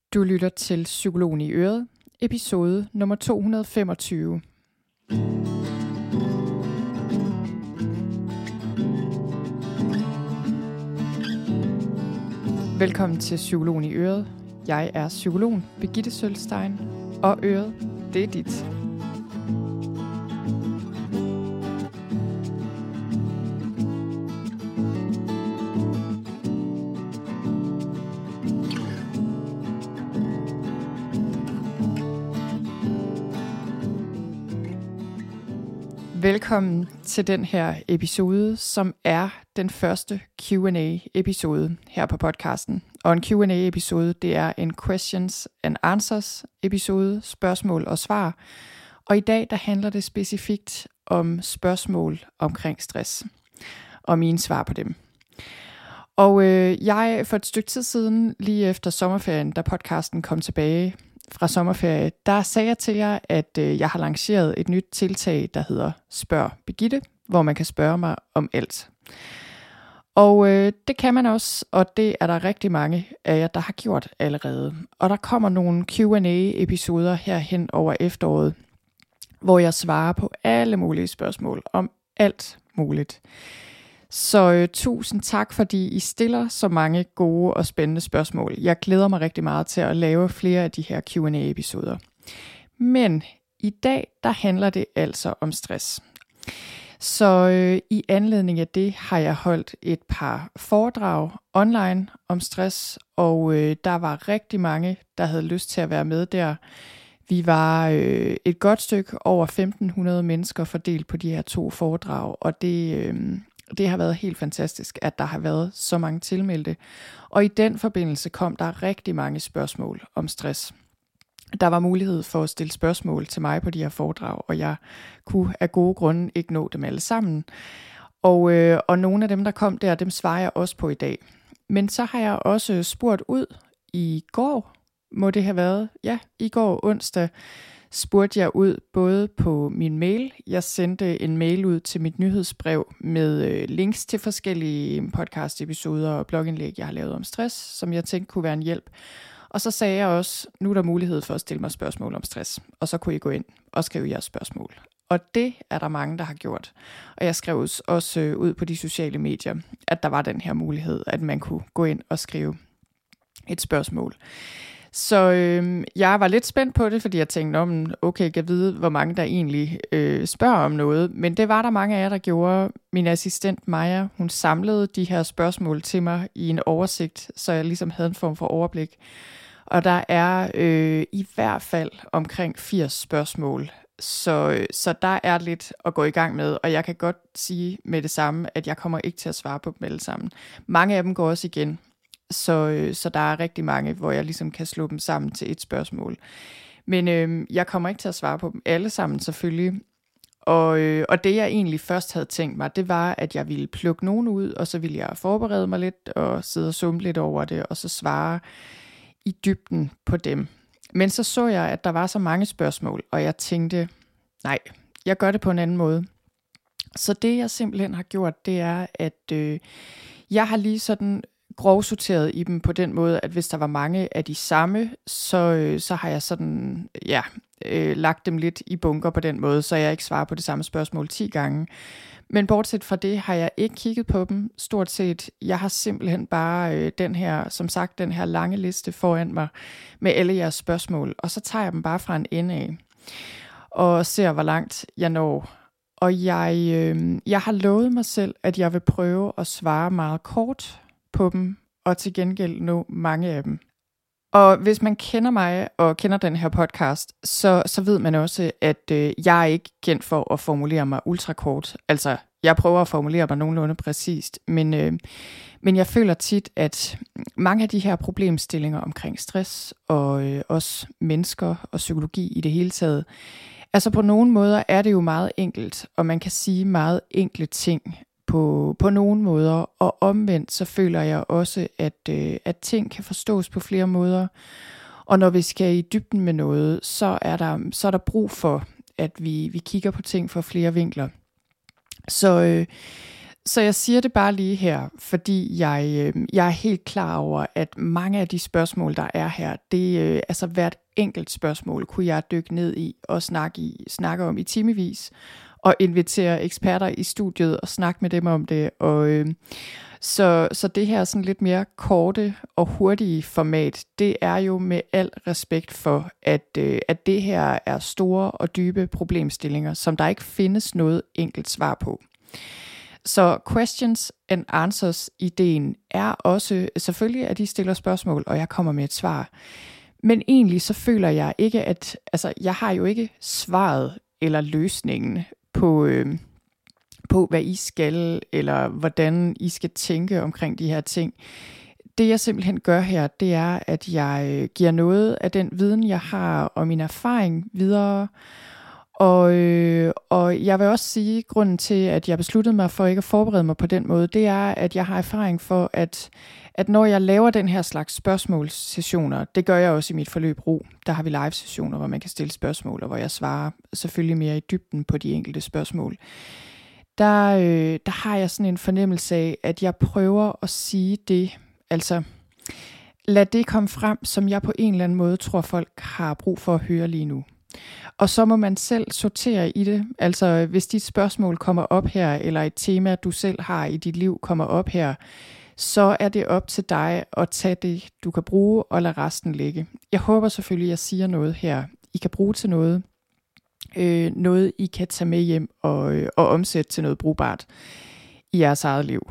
Du lytter til Psykologen i Øret, episode nummer 225. Velkommen til Psykologen i Øret. Jeg er psykologen Birgitte Sølstein, og Øret, det er dit. Velkommen til den her episode, som er den første Q&A-episode her på podcasten. Og en Q&A-episode, det er en questions and answers episode, spørgsmål og svar. Og i dag, der handler det specifikt om spørgsmål omkring stress og mine svar på dem. Og jeg for et stykke tid siden, lige efter sommerferien, da podcasten kom tilbage fra sommerferie, der sagde jeg til jer, at jeg har lanceret et nyt tiltag, der hedder Spørg Birgitte, hvor man kan spørge mig om alt. Og det kan man også, og det er der rigtig mange af jer, der har gjort allerede. Og der kommer nogle Q&A-episoder herhen over efteråret, hvor jeg svarer på alle mulige spørgsmål om alt muligt. Så tusind tak, fordi I stiller så mange gode og spændende spørgsmål. Jeg glæder mig rigtig meget til at lave flere af de her Q&A-episoder. Men i dag, der handler det altså om stress. Så i anledning af det har jeg holdt et par foredrag online om stress, og der var rigtig mange, der havde lyst til at være med der. Vi var et godt stykke over 1.500 mennesker fordelt på de her 2 foredrag, og det har været helt fantastisk, at der har været så mange tilmeldte. Og i den forbindelse kom der rigtig mange spørgsmål om stress. Der var mulighed for at stille spørgsmål til mig på de her foredrag, og jeg kunne af gode grunde ikke nå dem alle sammen. Og nogle af dem, der kom der, dem svarer jeg også på i dag. Men så har jeg også spurgt ud i går, må det have været, ja, i går onsdag, spurgte jeg ud både på min mail. Jeg sendte en mail ud til mit nyhedsbrev med links til forskellige podcast-episoder og blogindlæg, jeg har lavet om stress, som jeg tænkte kunne være en hjælp. Og så sagde jeg også, nu er der mulighed for at stille mig spørgsmål om stress. Og så kunne I gå ind og skrive jeres spørgsmål. Og det er der mange, der har gjort. Og jeg skrev også ud på de sociale medier, at der var den her mulighed, at man kunne gå ind og skrive et spørgsmål. Så jeg var lidt spændt på det, fordi jeg tænkte, okay, jeg kan vide, hvor mange der egentlig spørger om noget. Men det var der mange af jer, der gjorde. Min assistent Maja, hun samlede de her spørgsmål til mig i en oversigt, så jeg ligesom havde en form for overblik. Og der er i hvert fald omkring 80 spørgsmål. Så der er lidt at gå i gang med, og jeg kan godt sige med det samme, at jeg kommer ikke til at svare på dem alle sammen. Mange af dem går også igen. Så der er rigtig mange, hvor jeg ligesom kan slå dem sammen til et spørgsmål. Men jeg kommer ikke til at svare på dem alle sammen selvfølgelig. Og det jeg egentlig først havde tænkt mig, det var, at jeg ville plukke nogen ud, og så ville jeg forberede mig lidt og sidde og summe lidt over det, og så svare i dybden på dem. Men så jeg, at der var så mange spørgsmål, og jeg tænkte, nej, jeg gør det på en anden måde. Så det jeg simpelthen har gjort, det er, at jeg har lige sådan grovsorteret i dem på den måde, at hvis der var mange af de samme, så har jeg sådan, lagt dem lidt i bunker på den måde, så jeg ikke svarer på det samme spørgsmål 10 gange. Men bortset fra det, har jeg ikke kigget på dem stort set. Jeg har simpelthen bare den her lange liste foran mig med alle jeres spørgsmål, og så tager jeg dem bare fra en ende af, og ser, hvor langt jeg når. Og jeg har lovet mig selv, at jeg vil prøve at svare meget kort på dem, og til gengæld nå mange af dem. Og hvis man kender mig og kender den her podcast, så ved man også, at jeg er ikke kendt for at formulere mig ultrakort. Altså, jeg prøver at formulere mig nogenlunde præcist, men jeg føler tit, at mange af de her problemstillinger omkring stress, og også mennesker og psykologi i det hele taget, altså på nogle måder er det jo meget enkelt, og man kan sige meget enkle ting på nogle måder, og omvendt så føler jeg også, at ting kan forstås på flere måder. Og når vi skal i dybden med noget, så er der brug for, at vi kigger på ting fra flere vinkler. Så Så jeg siger det bare lige her, fordi jeg er helt klar over, at mange af de spørgsmål, der er her, det altså hvert enkelt spørgsmål kunne jeg dykke ned i og snakke om i timevis, og invitere eksperter i studiet og snakke med dem om det. Og så det her sådan lidt mere korte og hurtige format, det er jo med al respekt for, at det her er store og dybe problemstillinger, som der ikke findes noget enkelt svar på. Så questions and answers ideen er også, selvfølgelig at de stiller spørgsmål, og jeg kommer med et svar. Men egentlig så føler jeg ikke, jeg har jo ikke svaret eller løsningen på hvad I skal, eller hvordan I skal tænke omkring de her ting. Det jeg simpelthen gør her, det er, at jeg giver noget af den viden, jeg har og min erfaring videre. Og jeg vil også sige, at grunden til, at jeg besluttede mig for ikke at forberede mig på den måde, det er, at jeg har erfaring for, at når jeg laver den her slags spørgsmålssessioner, det gør jeg også i mit forløb RO, der har vi live-sessioner, hvor man kan stille spørgsmål, og hvor jeg svarer selvfølgelig mere i dybden på de enkelte spørgsmål. Der har jeg sådan en fornemmelse af, at jeg prøver at sige det, altså lad det komme frem, som jeg på en eller anden måde tror, folk har brug for at høre lige nu. Og så må man selv sortere i det. Altså hvis dit spørgsmål kommer op her, eller et tema, du selv har i dit liv kommer op her, så er det op til dig at tage det, du kan bruge, og lade resten ligge. Jeg håber selvfølgelig, at jeg siger noget her, I kan bruge til noget. Noget, I kan tage med hjem og omsætte til noget brugbart i jeres eget liv.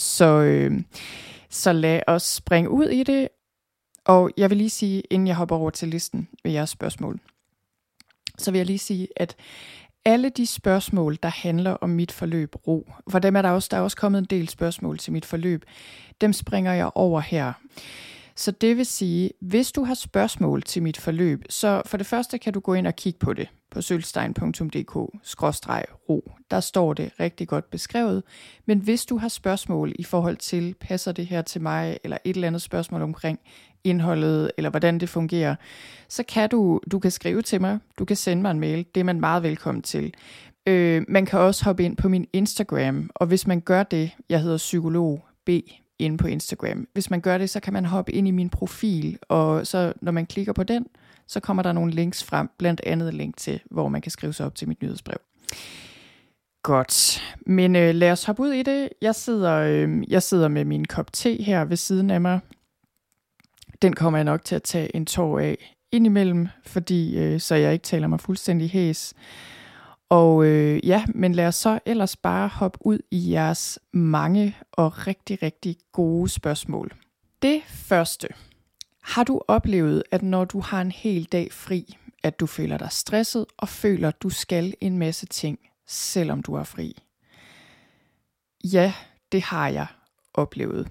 Så lad os springe ud i det. Og jeg vil lige sige, inden jeg hopper over til listen med jeres spørgsmål, så vil jeg lige sige, at alle de spørgsmål, der handler om mit forløb RO, for dem er der er også kommet en del spørgsmål til mit forløb, dem springer jeg over her. Så det vil sige, hvis du har spørgsmål til mit forløb, så for det første kan du gå ind og kigge på det på sølvstein.dk/ro. Der står det rigtig godt beskrevet. Men hvis du har spørgsmål i forhold til, passer det her til mig, eller et eller andet spørgsmål omkring indholdet, eller hvordan det fungerer, så kan du kan skrive til mig, du kan sende mig en mail, det er man meget velkommen til. Man kan også hoppe ind på min Instagram, og hvis man gør det, jeg hedder Psykolog B inde på Instagram, hvis man gør det, så kan man hoppe ind i min profil, og så når man klikker på den, så kommer der nogle links frem, blandt andet link til, hvor man kan skrive sig op til mit nyhedsbrev. Godt, men lad os hoppe ud i det. Jeg sidder med min kop te her ved siden af mig. Den kommer jeg nok til at tage en tår af indimellem, fordi så jeg ikke taler mig fuldstændig hæs. Og men lad os så ellers bare hoppe ud i jeres mange og rigtig, rigtig gode spørgsmål. Det første. Har du oplevet, at når du har en hel dag fri, at du føler dig stresset og føler, at du skal en masse ting, selvom du er fri? Ja, det har jeg oplevet.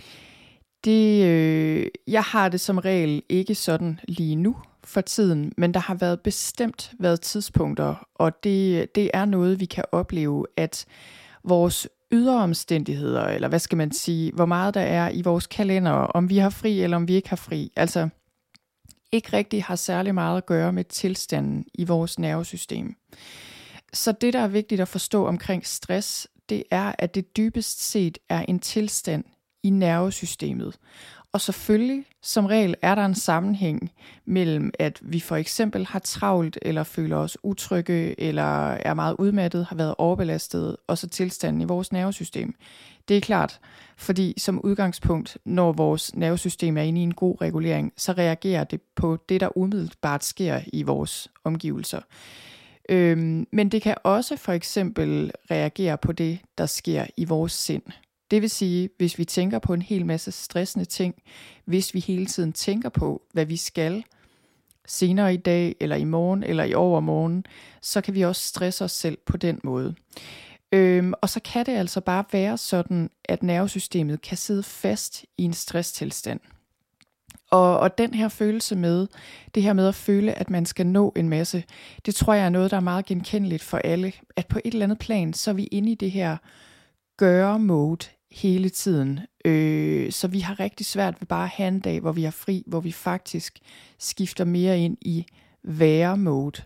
Jeg har det som regel ikke sådan lige nu for tiden, men der har bestemt været tidspunkter, og det er noget, vi kan opleve, at vores ydre omstændigheder, eller hvad skal man sige, hvor meget der er i vores kalender, om vi har fri eller om vi ikke har fri, altså ikke rigtig har særlig meget at gøre med tilstanden i vores nervesystem. Så det, der er vigtigt at forstå omkring stress, det er, at det dybest set er en tilstand i nervesystemet. Og selvfølgelig, som regel, er der en sammenhæng mellem, at vi for eksempel har travlt, eller føler os utrygge, eller er meget udmattet, har været overbelastet, og så tilstanden i vores nervesystem. Det er klart, fordi som udgangspunkt, når vores nervesystem er inde i en god regulering, så reagerer det på det, der umiddelbart sker i vores omgivelser. Men det kan også for eksempel reagere på det, der sker i vores sind. Det vil sige, hvis vi tænker på en hel masse stressende ting, hvis vi hele tiden tænker på, hvad vi skal senere i dag, eller i morgen, eller i overmorgen, så kan vi også stresse os selv på den måde. Og så kan det altså bare være sådan, at nervesystemet kan sidde fast i en stresstilstand. Og den her følelse med, det her med at føle, at man skal nå en masse, det tror jeg er noget, der er meget genkendeligt for alle. At på et eller andet plan, så er vi inde i det her gøre-mode hele tiden. Så vi har rigtig svært ved bare at have en dag, hvor vi er fri, hvor vi faktisk skifter mere ind i være-mode.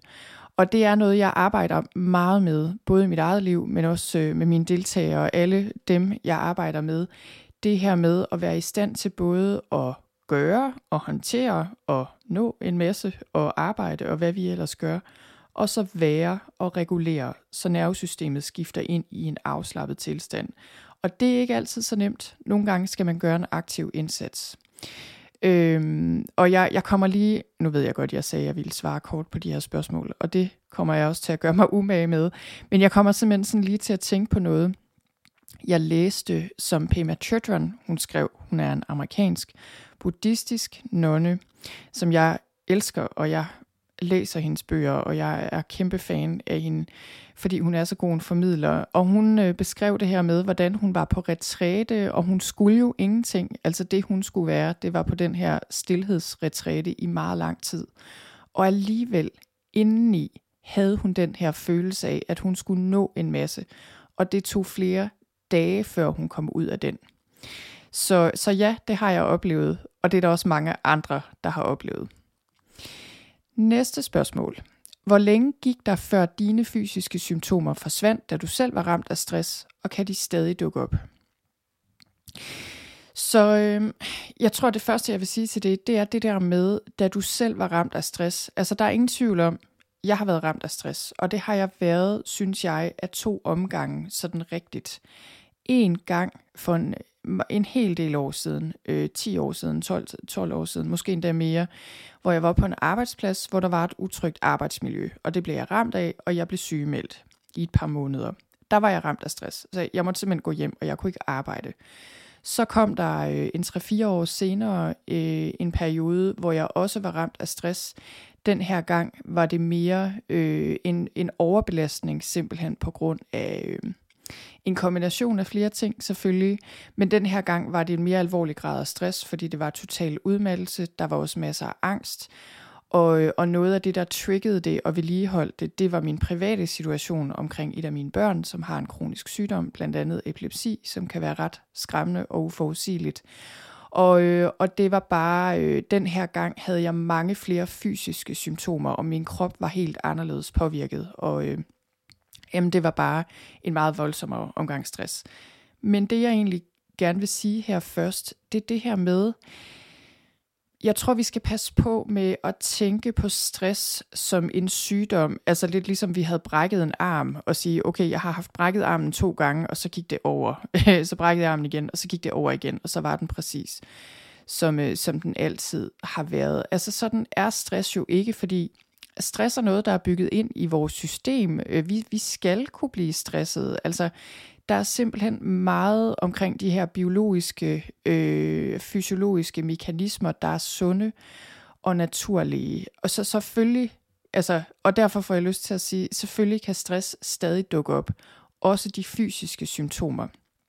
Og det er noget, jeg arbejder meget med, både i mit eget liv, men også med mine deltagere og alle dem, jeg arbejder med. Det her med at være i stand til både at gøre og håndtere og nå en masse og arbejde og hvad vi ellers gør, og så være og regulere, så nervesystemet skifter ind i en afslappet tilstand. Og det er ikke altid så nemt. Nogle gange skal man gøre en aktiv indsats. Og jeg kommer lige, nu ved jeg godt, jeg sagde, at jeg ville svare kort på de her spørgsmål, og det kommer jeg også til at gøre mig umage med. Men jeg kommer simpelthen sådan lige til at tænke på noget, jeg læste, som Pema Chodron, hun skrev. Hun er en amerikansk buddhistisk nonne, som jeg elsker, og jeg læser hendes bøger, og jeg er kæmpe fan af hende, fordi hun er så god en formidler. Og hun beskrev det her med, hvordan hun var på retræte, og hun skulle jo ingenting. Altså det, hun skulle være, det var på den her stilhedsretræte i meget lang tid. Og alligevel indeni havde hun den her følelse af, at hun skulle nå en masse. Og det tog flere dage, før hun kom ud af den. Så ja, det har jeg oplevet, og det er der også mange andre, der har oplevet. Næste spørgsmål. Hvor længe gik der, før dine fysiske symptomer forsvandt, da du selv var ramt af stress, og kan de stadig dukke op? Så jeg tror, det første, jeg vil sige til det er det der med, da du selv var ramt af stress. Altså, der er ingen tvivl om, jeg har været ramt af stress, og det har jeg været, synes jeg, af 2 omgange, sådan rigtigt. En gang for en hel del år siden, 10 år siden, 12 år siden, måske endda mere, hvor jeg var på en arbejdsplads, hvor der var et utrygt arbejdsmiljø, og det blev jeg ramt af, og jeg blev sygemeldt i et par måneder. Der var jeg ramt af stress, så jeg måtte simpelthen gå hjem, og jeg kunne ikke arbejde. Så kom der en 3-4 år senere en periode, hvor jeg også var ramt af stress. Den her gang var det mere en overbelastning, simpelthen på grund af en kombination af flere ting selvfølgelig, men den her gang var det en mere alvorlig grad af stress, fordi det var total udmattelse, der var også masser af angst, og noget af det, der triggede det og vedligeholdte det var min private situation omkring et af mine børn, som har en kronisk sygdom, blandt andet epilepsi, som kan være ret skræmmende og uforudsigeligt. Og det var bare, den her gang havde jeg mange flere fysiske symptomer, og min krop var helt anderledes påvirket, og det var bare en meget voldsom omgang stress. Men det jeg egentlig gerne vil sige her først, det er det her med, jeg tror vi skal passe på med at tænke på stress som en sygdom, altså lidt ligesom vi havde brækket en arm, og sige, okay, jeg har haft brækket armen 2 gange, og så gik det over, så brækkede jeg armen igen, og så gik det over igen, og så var den præcis, som den altid har været. Altså sådan er stress jo ikke, fordi stress er noget, der er bygget ind i vores system. Vi skal kunne blive stresset. Altså, der er simpelthen meget omkring de her biologiske, fysiologiske mekanismer, der er sunde og naturlige. Og så selvfølgelig, altså, og derfor får jeg lyst til at sige, selvfølgelig kan stress stadig dukke op. Også de fysiske symptomer.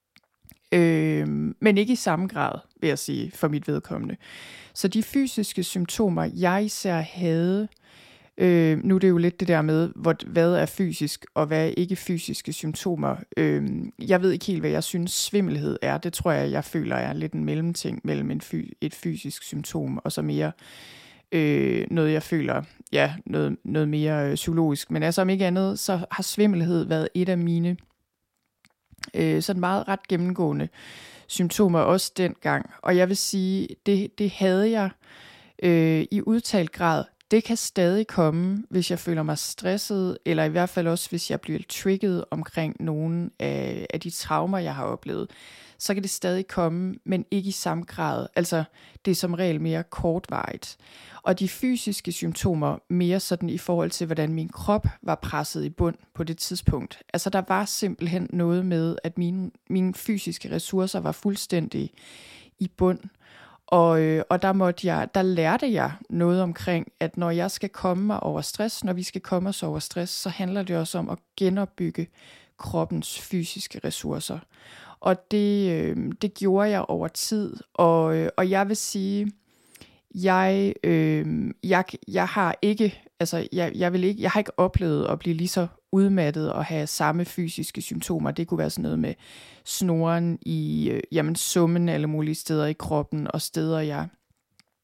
Men ikke i samme grad, vil jeg sige, for mit vedkommende. Så de fysiske symptomer, jeg især havde, nu er det jo lidt det der med, hvad er fysisk, og hvad er ikke fysiske symptomer. Jeg ved ikke helt, hvad jeg synes svimmelhed er. Det tror jeg føler er lidt en mellemting mellem et fysisk symptom, og så mere noget, jeg føler, ja, noget mere psykologisk. Men altså om ikke andet, så har svimmelhed været et af mine sådan meget ret gennemgående symptomer også dengang. Og jeg vil sige, det havde jeg i udtalt grad. Det kan stadig komme, hvis jeg føler mig stresset, eller i hvert fald også, hvis jeg bliver trigget omkring nogle af de traumer, jeg har oplevet. Så kan det stadig komme, men ikke i samme grad. Altså, det er som regel mere kortvarigt. Og de fysiske symptomer mere sådan i forhold til, hvordan min krop var presset i bund på det tidspunkt. Altså, der var simpelthen noget med, at mine fysiske ressourcer var fuldstændig i bund. Og der lærte jeg noget omkring, at når jeg skal komme mig over stress, når vi skal komme os over stress, så handler det også om at genopbygge kroppens fysiske ressourcer. Og det gjorde jeg over tid, og jeg vil sige, jeg har ikke, altså jeg har ikke oplevet at blive lige så udmattet og have samme fysiske symptomer. Det kunne være sådan noget med snoren i, summen alle mulige steder i kroppen, og steder jeg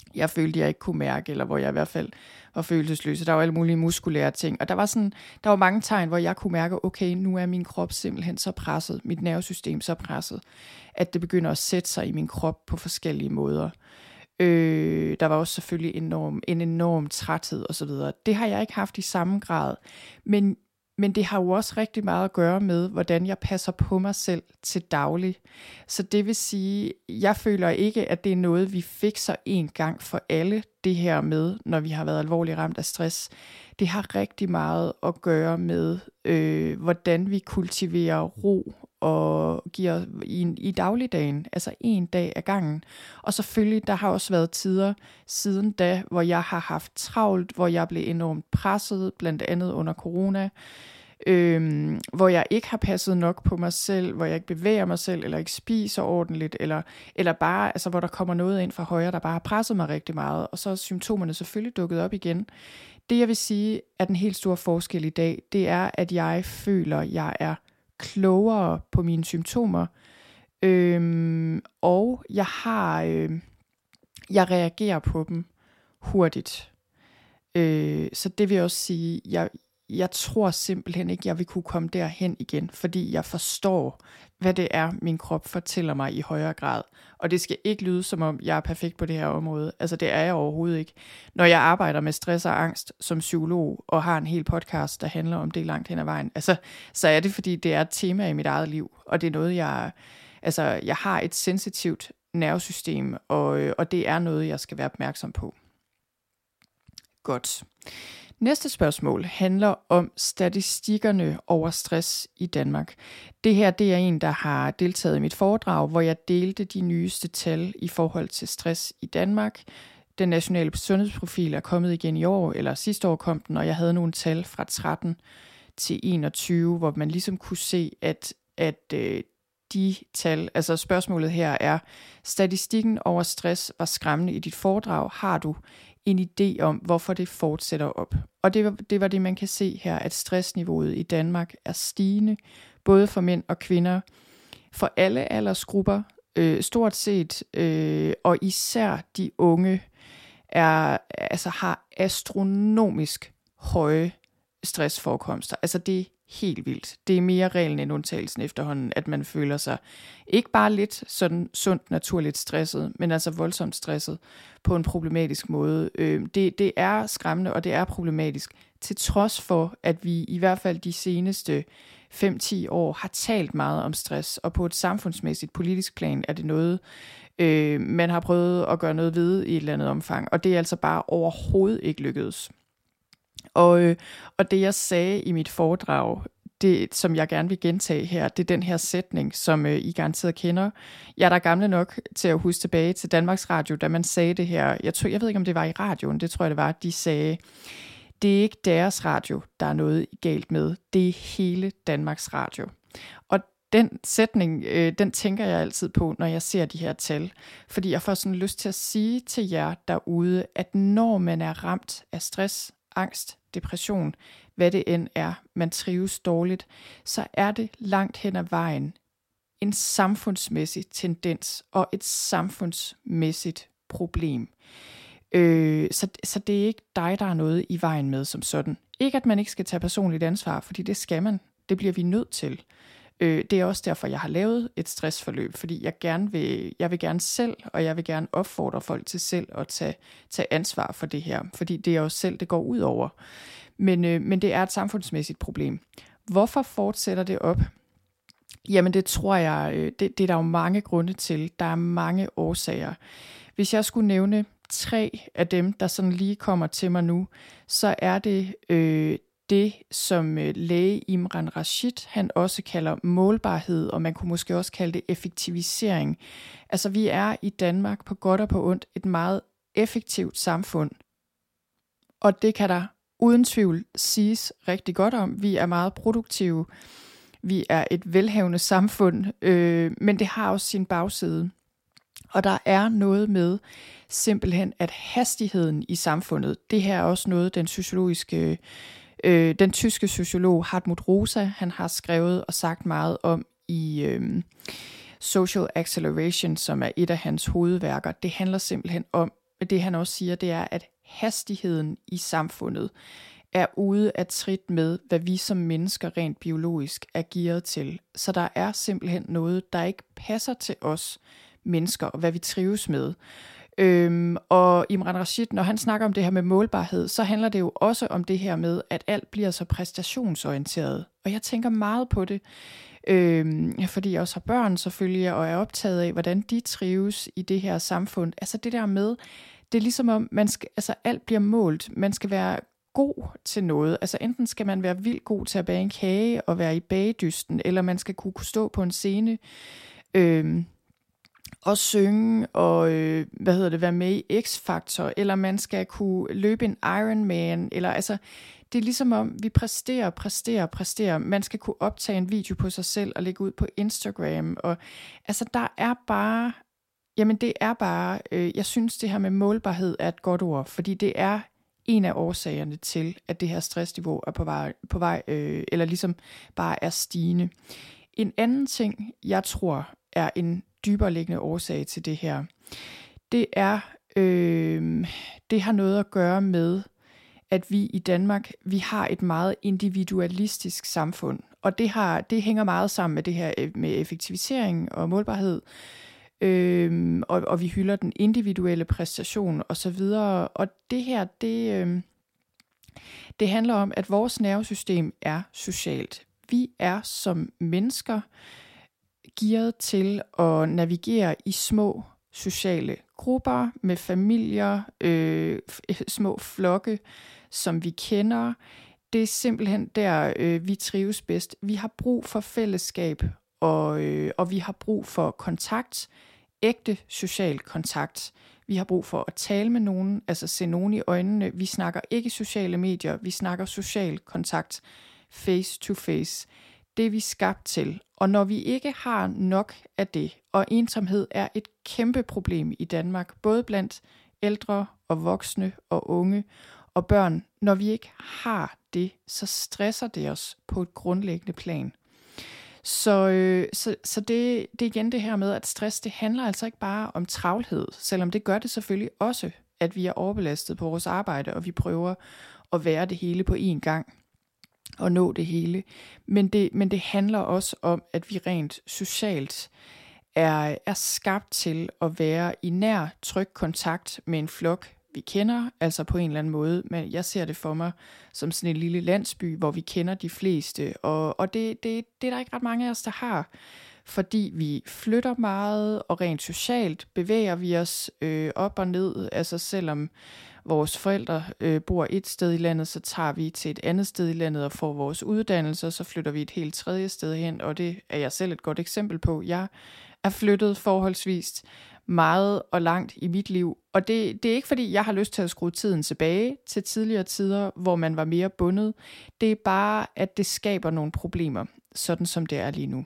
jeg følte, jeg ikke kunne mærke, eller hvor jeg i hvert fald var følelsesløs. Der var alle mulige muskulære ting, og der var mange tegn, hvor jeg kunne mærke, okay, nu er min krop simpelthen så presset, mit nervesystem så presset, at det begynder at sætte sig i min krop på forskellige måder. Der var også selvfølgelig en enorm træthed og så videre. Det har jeg ikke haft i samme grad, men det har jo også rigtig meget at gøre med, hvordan jeg passer på mig selv til daglig. Så det vil sige, jeg føler ikke, at det er noget, vi fikser en gang for alle, det her med, når vi har været alvorligt ramt af stress. Det har rigtig meget at gøre med, hvordan vi kultiverer ro og giver i dagligdagen, altså en dag ad gangen. Og selvfølgelig, der har også været tider siden da, hvor jeg har haft travlt, hvor jeg blev enormt presset, blandt andet under corona, hvor jeg ikke har passet nok på mig selv, hvor jeg ikke bevæger mig selv, eller ikke spiser ordentligt, eller bare, altså hvor der kommer noget ind fra højre, der bare har presset mig rigtig meget, og så er symptomerne selvfølgelig dukket op igen. Det jeg vil sige er den helt store forskel i dag, det er, at jeg føler, at jeg er klogere på mine symptomer, og jeg reagerer på dem hurtigt. Så det vil også sige, jeg tror simpelthen ikke, jeg vil kunne komme derhen igen, fordi jeg forstår, hvad det er, min krop fortæller mig i højere grad. Og det skal ikke lyde, som om jeg er perfekt på det her område. Altså det er jeg overhovedet ikke. Når jeg arbejder med stress og angst som psykolog, og har en hel podcast, der handler om det langt hen ad vejen, altså, så er det, fordi det er et tema i mit eget liv. Og det er noget, jeg har et sensitivt nervesystem, og det er noget, jeg skal være opmærksom på. Godt. Næste spørgsmål handler om statistikkerne over stress i Danmark. Det her, det er en, der har deltaget i mit foredrag, hvor jeg delte de nyeste tal i forhold til stress i Danmark. Den nationale sundhedsprofil er kommet igen i år, eller sidste år kom den, og jeg havde nogle tal fra 13 til 21, hvor man ligesom kunne se, at de tal, altså spørgsmålet her er, statistikken over stress var skræmmende i dit foredrag. Har du en idé om, hvorfor det fortsætter op? Og det var det, man kan se her, at stressniveauet i Danmark er stigende, både for mænd og kvinder, for alle aldersgrupper, stort set, og især de unge har astronomisk høje stressforekomster. Altså det er helt vildt. Det er mere reglen end undtagelsen efterhånden, at man føler sig ikke bare lidt sådan sundt, naturligt stresset, men altså voldsomt stresset på en problematisk måde. Det er skræmmende, og det er problematisk, til trods for, at vi i hvert fald de seneste 5-10 år har talt meget om stress, og på et samfundsmæssigt politisk plan er det noget, man har prøvet at gøre noget ved i et eller andet omfang, og det er altså bare overhovedet ikke lykkedes. Og det jeg sagde i mit foredrag, det som jeg gerne vil gentage her, det er den her sætning, som I garanteret kender. Jeg er da gamle nok til at huske tilbage til Danmarks Radio, da man sagde det her. Jeg ved ikke, om det var i radioen, det tror jeg det var, de sagde, det er ikke deres radio, der er noget galt med, det er hele Danmarks Radio. Og den sætning, den tænker jeg altid på, når jeg ser de her tal, fordi jeg får sådan lyst til at sige til jer derude, at når man er ramt af stress, angst, depression, hvad det end er, man trives dårligt, så er det langt hen ad vejen en samfundsmæssig tendens og et samfundsmæssigt problem. Så det er ikke dig, der er noget i vejen med som sådan. Ikke at man ikke skal tage personligt ansvar, fordi det skal man. Det bliver vi nødt til. Det er også derfor, jeg har lavet et stressforløb, fordi jeg vil gerne selv, og jeg vil gerne opfordre folk til selv at tage ansvar for det her, fordi det er jo selv, det går ud over. Men det er et samfundsmæssigt problem. Hvorfor fortsætter det op? Jamen det tror jeg, det er der jo mange grunde til. Der er mange årsager. Hvis jeg skulle nævne 3 af dem, der sådan lige kommer til mig nu, så er det det, som læge Imran Rashid, han også kalder målbarhed, og man kunne måske også kalde det effektivisering. Altså vi er i Danmark på godt og på ondt et meget effektivt samfund, og det kan der uden tvivl siges rigtig godt om. Vi er meget produktive, vi er et velhavende samfund, men det har også sin bagside. Og der er noget med simpelthen, at hastigheden i samfundet, det her er også noget, den tyske sociolog Hartmut Rosa, han har skrevet og sagt meget om i Social Acceleration, som er et af hans hovedværker. Det handler simpelthen om, det han også siger, det er, at hastigheden i samfundet er ude af trit med, hvad vi som mennesker rent biologisk er gearet til. Så der er simpelthen noget, der ikke passer til os mennesker, og hvad vi trives med. Og Imran Rashid, når han snakker om det her med målbarhed, så handler det jo også om det her med, at alt bliver så præstationsorienteret. Og jeg tænker meget på det, fordi jeg også har børn selvfølgelig, og er optaget af, hvordan de trives i det her samfund. Altså det der med, det er ligesom om, alt bliver målt. Man skal være god til noget. Altså enten skal man være vildt god til at bage en kage og være i bagedysten, eller man skal kunne stå på en scene og synge og være med i X-Factor, eller man skal kunne løbe en Ironman, eller altså det er ligesom om vi præsterer. Man skal kunne optage en video på sig selv og lægge ud på Instagram, og altså der er bare, jeg synes det her med målbarhed er et godt ord, fordi det er en af årsagerne til, at det her stressniveau er på vej eller ligesom bare er stigende. En anden ting, jeg tror er en dybere liggende årsag til det her, det er, det har noget at gøre med, at vi i Danmark, vi har et meget individualistisk samfund, og det hænger meget sammen med det her med effektivisering og målbarhed, og vi hylder den individuelle præstation og så videre, og det her, det handler om, at vores nervesystem er socialt. Vi er som mennesker gearet til at navigere i små sociale grupper med familier, små flokke, som vi kender. Det er simpelthen der, vi trives bedst. Vi har brug for fællesskab, og vi har brug for kontakt, ægte social kontakt. Vi har brug for at tale med nogen, altså se nogen i øjnene. Vi snakker ikke sociale medier, vi snakker social kontakt, face to face. Det er vi skabt til. Og når vi ikke har nok af det, og ensomhed er et kæmpe problem i Danmark, både blandt ældre og voksne og unge og børn, når vi ikke har det, så stresser det os på et grundlæggende plan. Så det er igen det her med, at stress, det handler altså ikke bare om travlhed, selvom det gør det selvfølgelig også, at vi er overbelastet på vores arbejde, og vi prøver at være det hele på én gang og nå det hele. Men det handler også om, at vi rent socialt er skabt til at være i nær, tryg kontakt med en flok, vi kender, altså på en eller anden måde. Men jeg ser det for mig som sådan en lille landsby, hvor vi kender de fleste. Og det er der ikke ret mange af os, der har. Fordi vi flytter meget, og rent socialt bevæger vi os op og ned. Altså selvom vores forældre bor et sted i landet, så tager vi til et andet sted i landet og får vores uddannelse, og så flytter vi et helt tredje sted hen. Og det er jeg selv et godt eksempel på. Jeg er flyttet forholdsvis meget og langt i mit liv. Og det er ikke fordi, jeg har lyst til at skrue tiden tilbage til tidligere tider, hvor man var mere bundet. Det er bare, at det skaber nogle problemer, sådan som det er lige nu.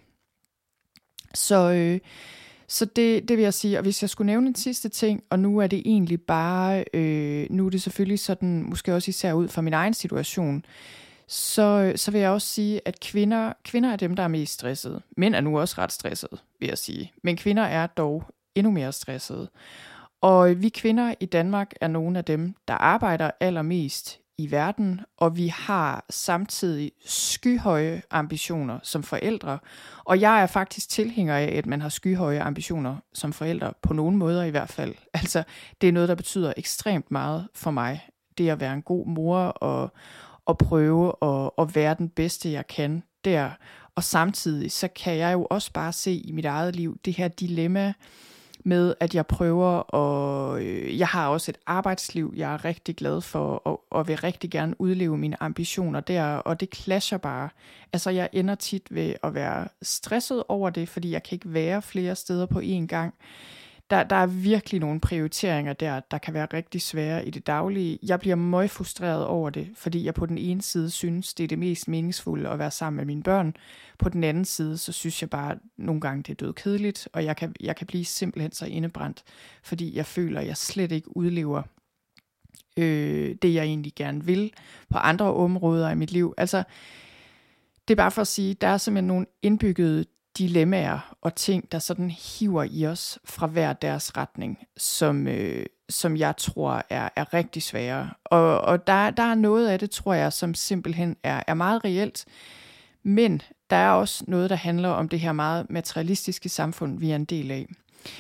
Så det vil jeg sige. Og hvis jeg skulle nævne en sidste ting, og nu er det egentlig bare, nu er det selvfølgelig sådan, måske også især ud fra min egen situation, så vil jeg også sige, at kvinder er dem, der er mest stressede. Mænd er nu også ret stressede, vil jeg sige. Men kvinder er dog endnu mere stressede. Og vi kvinder i Danmark er nogle af dem, der arbejder allermest i verden, og vi har samtidig skyhøje ambitioner som forældre. Og jeg er faktisk tilhænger af, at man har skyhøje ambitioner som forældre, på nogle måder i hvert fald. Altså, det er noget, der betyder ekstremt meget for mig. Det at være en god mor og prøve at være den bedste, jeg kan der. Og samtidig, så kan jeg jo også bare se i mit eget liv det her dilemma med, at jeg prøver, og jeg har også et arbejdsliv, jeg er rigtig glad for, og vil rigtig gerne udleve mine ambitioner der, og det clasher bare. Altså, jeg ender tit ved at være stresset over det, fordi jeg kan ikke være flere steder på én gang. Der er virkelig nogle prioriteringer der kan være rigtig svære i det daglige. Jeg bliver meget frustreret over det, fordi jeg på den ene side synes, det er det mest meningsfulde at være sammen med mine børn. På den anden side, så synes jeg bare, nogle gange det er dødkedeligt, og jeg kan blive simpelthen så indebrændt, fordi jeg føler, at jeg slet ikke udlever det, jeg egentlig gerne vil på andre områder i mit liv. Altså, det er bare for at sige, der er simpelthen nogle indbyggede dilemmaer og ting, der sådan hiver i os fra hver deres retning, som jeg tror er rigtig svære. Og der er noget af det, tror jeg, som simpelthen er meget reelt. Men der er også noget, der handler om det her meget materialistiske samfund, vi er en del af.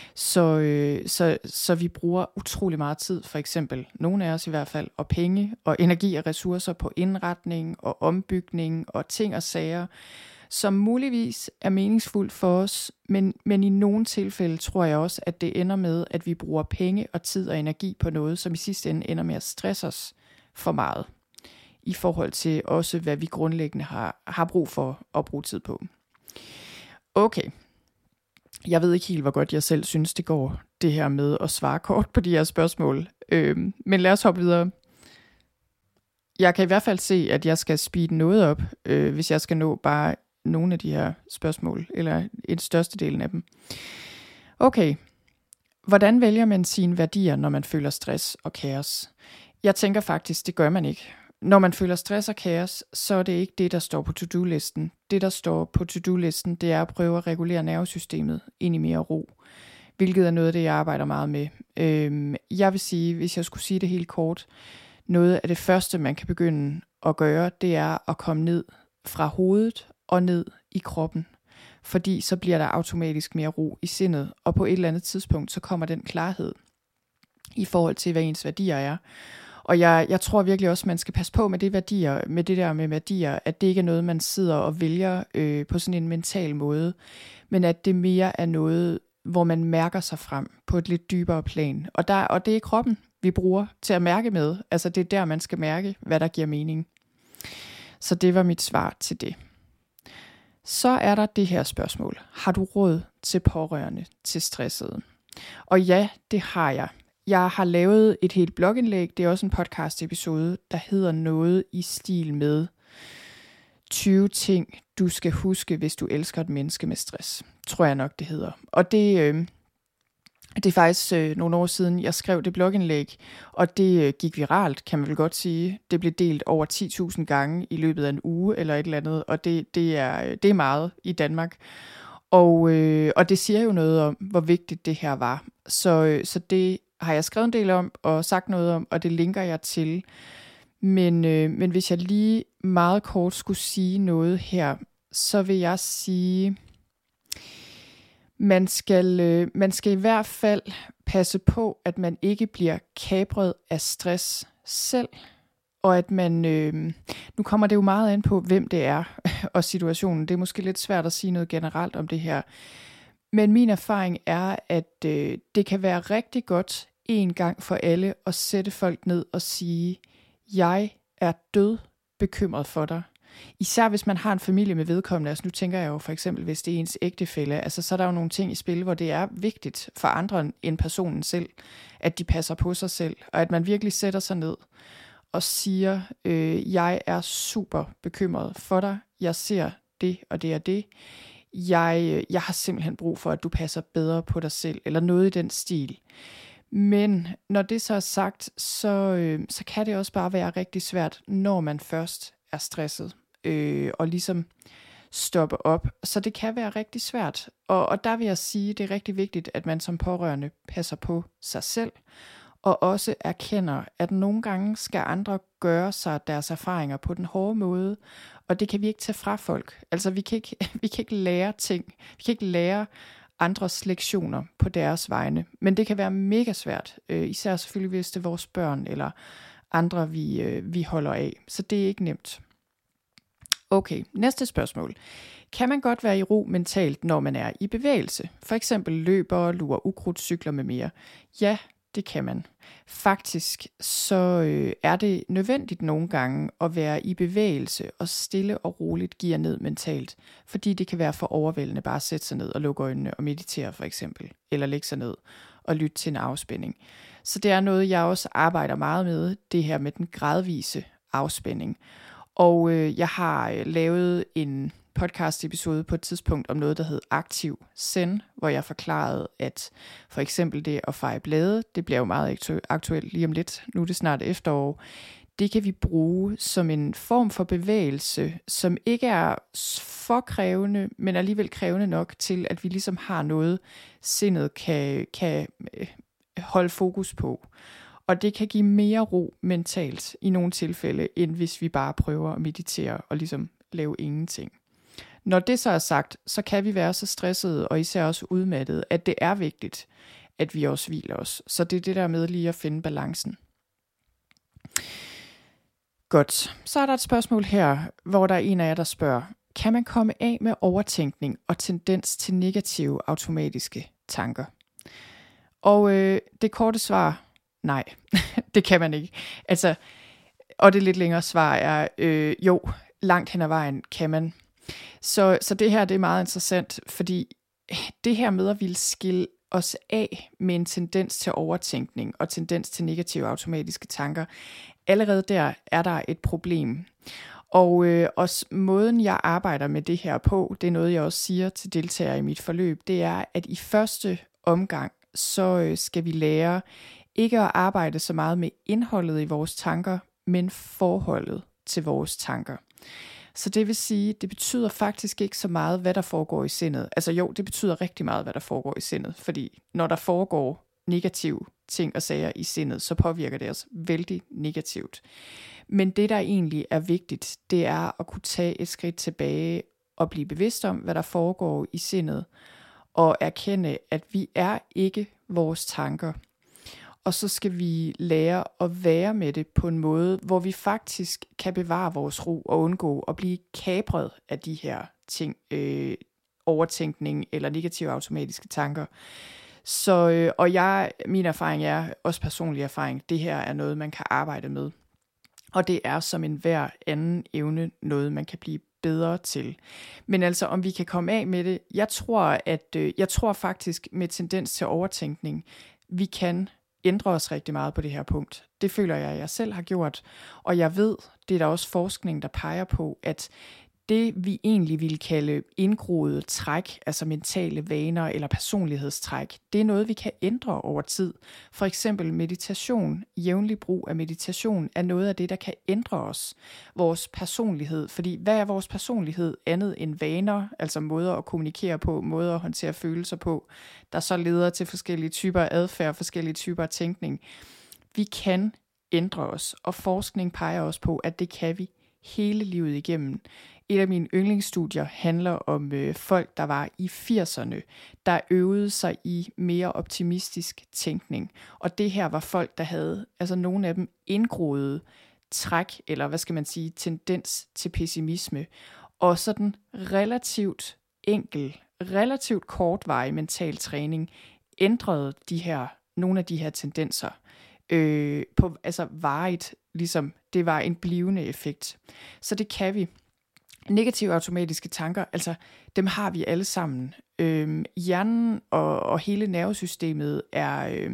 Så vi bruger utrolig meget tid, for eksempel, nogle af os i hvert fald, og penge og energi og ressourcer på indretning og ombygning og ting og sager, som muligvis er meningsfuldt for os, men i nogle tilfælde tror jeg også, at det ender med, at vi bruger penge og tid og energi på noget, som i sidste ende ender med at stresse os for meget, i forhold til også, hvad vi grundlæggende har brug for at bruge tid på. Okay. Jeg ved ikke helt, hvor godt jeg selv synes, det går, det her med at svare kort på de her spørgsmål. Men lad os hoppe videre. Jeg kan i hvert fald se, at jeg skal speede noget op, hvis jeg skal nå bare nogle af de her spørgsmål, eller en størstedelen af dem. Okay. Hvordan vælger man sine værdier, når man føler stress og kaos? Jeg tænker faktisk, det gør man ikke. Når man føler stress og kaos, så er det ikke det, der står på to-do-listen. Det, der står på to-do-listen, det er at prøve at regulere nervesystemet ind i mere ro. Hvilket er noget af det, jeg arbejder meget med. Jeg vil sige, hvis jeg skulle sige det helt kort, noget af det første, man kan begynde at gøre, det er at komme ned fra hovedet og ned i kroppen. Fordi så bliver der automatisk mere ro i sindet, og på et eller andet tidspunkt, så kommer den klarhed i forhold til, hvad ens værdier er. Og jeg tror virkelig også, man skal passe på med det der med værdier, at det ikke er noget, man sidder og vælger på sådan en mental måde, men at det mere er noget, hvor man mærker sig frem på et lidt dybere plan. Og det er kroppen, vi bruger til at mærke med. Altså det er der, man skal mærke, hvad der giver mening. Så det var mit svar til det. Så er der det her spørgsmål. Har du råd til pårørende til stressede? Og ja, det har jeg. Jeg har lavet et helt blogindlæg, det er også en podcast episode, der hedder noget i stil med 20 ting, du skal huske, hvis du elsker et menneske med stress. Tror jeg nok, det hedder. Og det er faktisk nogle år siden, jeg skrev det blogindlæg, og det gik viralt, kan man vel godt sige. Det blev delt over 10.000 gange i løbet af en uge eller et eller andet, og det er meget i Danmark. Og det siger jo noget om, hvor vigtigt det her var. Så det har jeg skrevet en del om og sagt noget om, og det linker jeg til. Men hvis jeg lige meget kort skulle sige noget her, så vil jeg sige, man skal i hvert fald passe på, at man ikke bliver kapret af stress selv, og at man, nu kommer det jo meget an på, hvem det er og situationen. Det er måske lidt svært at sige noget generelt om det her. Men min erfaring er, at det kan være rigtig godt en gang for alle at sætte folk ned og sige, jeg er død bekymret for dig. Især hvis man har en familie med vedkommende. Altså nu tænker jeg jo for eksempel, hvis det er ens ægtefælle, altså så er der jo nogle ting i spil, hvor det er vigtigt for andre end personen selv, at de passer på sig selv, og at man virkelig sætter sig ned og siger, jeg er super bekymret for dig, jeg ser det og det og det, jeg har simpelthen brug for, at du passer bedre på dig selv, eller noget i den stil. Men når det så er sagt, så kan det også bare være rigtig svært, når man først er stresset, og ligesom stoppe op. Så det kan være rigtig svært. Og der vil jeg sige, det er rigtig vigtigt, at man som pårørende passer på sig selv, og også erkender, at nogle gange skal andre gøre sig deres erfaringer på den hårde måde, og det kan vi ikke tage fra folk. Altså vi kan ikke lære ting, vi kan ikke lære andres lektioner på deres vegne, men det kan være mega svært, især selvfølgelig hvis det er vores børn eller andre vi holder af, så det er ikke nemt. Okay, næste spørgsmål. Kan man godt være i ro mentalt, når man er i bevægelse? For eksempel løber, lurer, ukrudtcykler med mere. Ja, det kan man. Faktisk så er det nødvendigt nogle gange at være i bevægelse og stille og roligt giver ned mentalt, fordi det kan være for overvældende bare at sætte sig ned og lukke øjnene og meditere for eksempel, eller lægge sig ned og lytte til en afspænding. Så det er noget, jeg også arbejder meget med, det her med den gradvise afspænding. Og jeg har lavet en podcast episode på et tidspunkt om noget, der hed aktiv zen, hvor jeg forklarede, at for eksempel det at feje blade, det bliver jo meget aktuelt lige om lidt, nu er det snart efterår, det kan vi bruge som en form for bevægelse, som ikke er for krævende, men alligevel krævende nok til, at vi ligesom har noget, sindet kan holde fokus på. Og det kan give mere ro mentalt i nogle tilfælde, end hvis vi bare prøver at meditere og ligesom lave ingenting. Når det så er sagt, så kan vi være så stressede og især også udmattede, at det er vigtigt, at vi også hviler os. Så det er det der med lige at finde balancen. Godt, så er der et spørgsmål her, hvor der er en af jer, der spørger, kan man komme af med overtænkning og tendens til negative automatiske tanker? Og det korte svar, nej, det kan man ikke. Altså, og det lidt længere svar er, jo, langt hen ad vejen kan man. Så det her, det er meget interessant, fordi det her med at ville skille os af med en tendens til overtænkning og tendens til negative automatiske tanker, allerede der er der et problem. Og også måden, jeg arbejder med det her på, det er noget, jeg også siger til deltagere i mit forløb, det er, at i første omgang, så skal vi lære ikke at arbejde så meget med indholdet i vores tanker, men forholdet til vores tanker. Så det vil sige, det betyder faktisk ikke så meget, hvad der foregår i sindet. Altså jo, det betyder rigtig meget, hvad der foregår i sindet, fordi når der foregår negative ting og sager i sindet, så påvirker det os vældig negativt. Men det, der egentlig er vigtigt, det er at kunne tage et skridt tilbage og blive bevidst om, hvad der foregår i sindet, og erkende, at vi er ikke vores tanker. Og så skal vi lære at være med det på en måde, hvor vi faktisk kan bevare vores ro og undgå at blive kapret af de her ting, overtænkning eller negative automatiske tanker. Så, og min erfaring er, også personlig erfaring, det her er noget, man kan arbejde med. Og det er som enhver anden evne noget, man kan blive bedre til. Men altså, om vi kan komme af med det, jeg tror faktisk med tendens til overtænkning, vi kan ændre os rigtig meget på det her punkt. Det føler jeg selv har gjort, og jeg ved, det er der også forskning, der peger på, at det vi egentlig ville kalde indgroede træk, altså mentale vaner eller personlighedstræk, det er noget, vi kan ændre over tid. For eksempel meditation, jævnlig brug af meditation, er noget af det, der kan ændre os, vores personlighed. Fordi hvad er vores personlighed andet end vaner, altså måder at kommunikere på, måder at håndtere følelser på, der så leder til forskellige typer adfærd, forskellige typer tænkning. Vi kan ændre os, og forskning peger også på, at det kan vi hele livet igennem. Et af mine yndlingsstudier handler om folk, der var i 80'erne, der øvede sig i mere optimistisk tænkning. Og det her var folk, der havde, altså nogle af dem, indgroede træk, eller hvad skal man sige, tendens til pessimisme. Og sådan relativt enkel, relativt kortvarig mental træning ændrede nogle af de her tendenser på, altså varigt, ligesom det var en blivende effekt. Så det kan vi. Negative automatiske tanker, altså dem har vi alle sammen. Hjernen og hele nervesystemet er,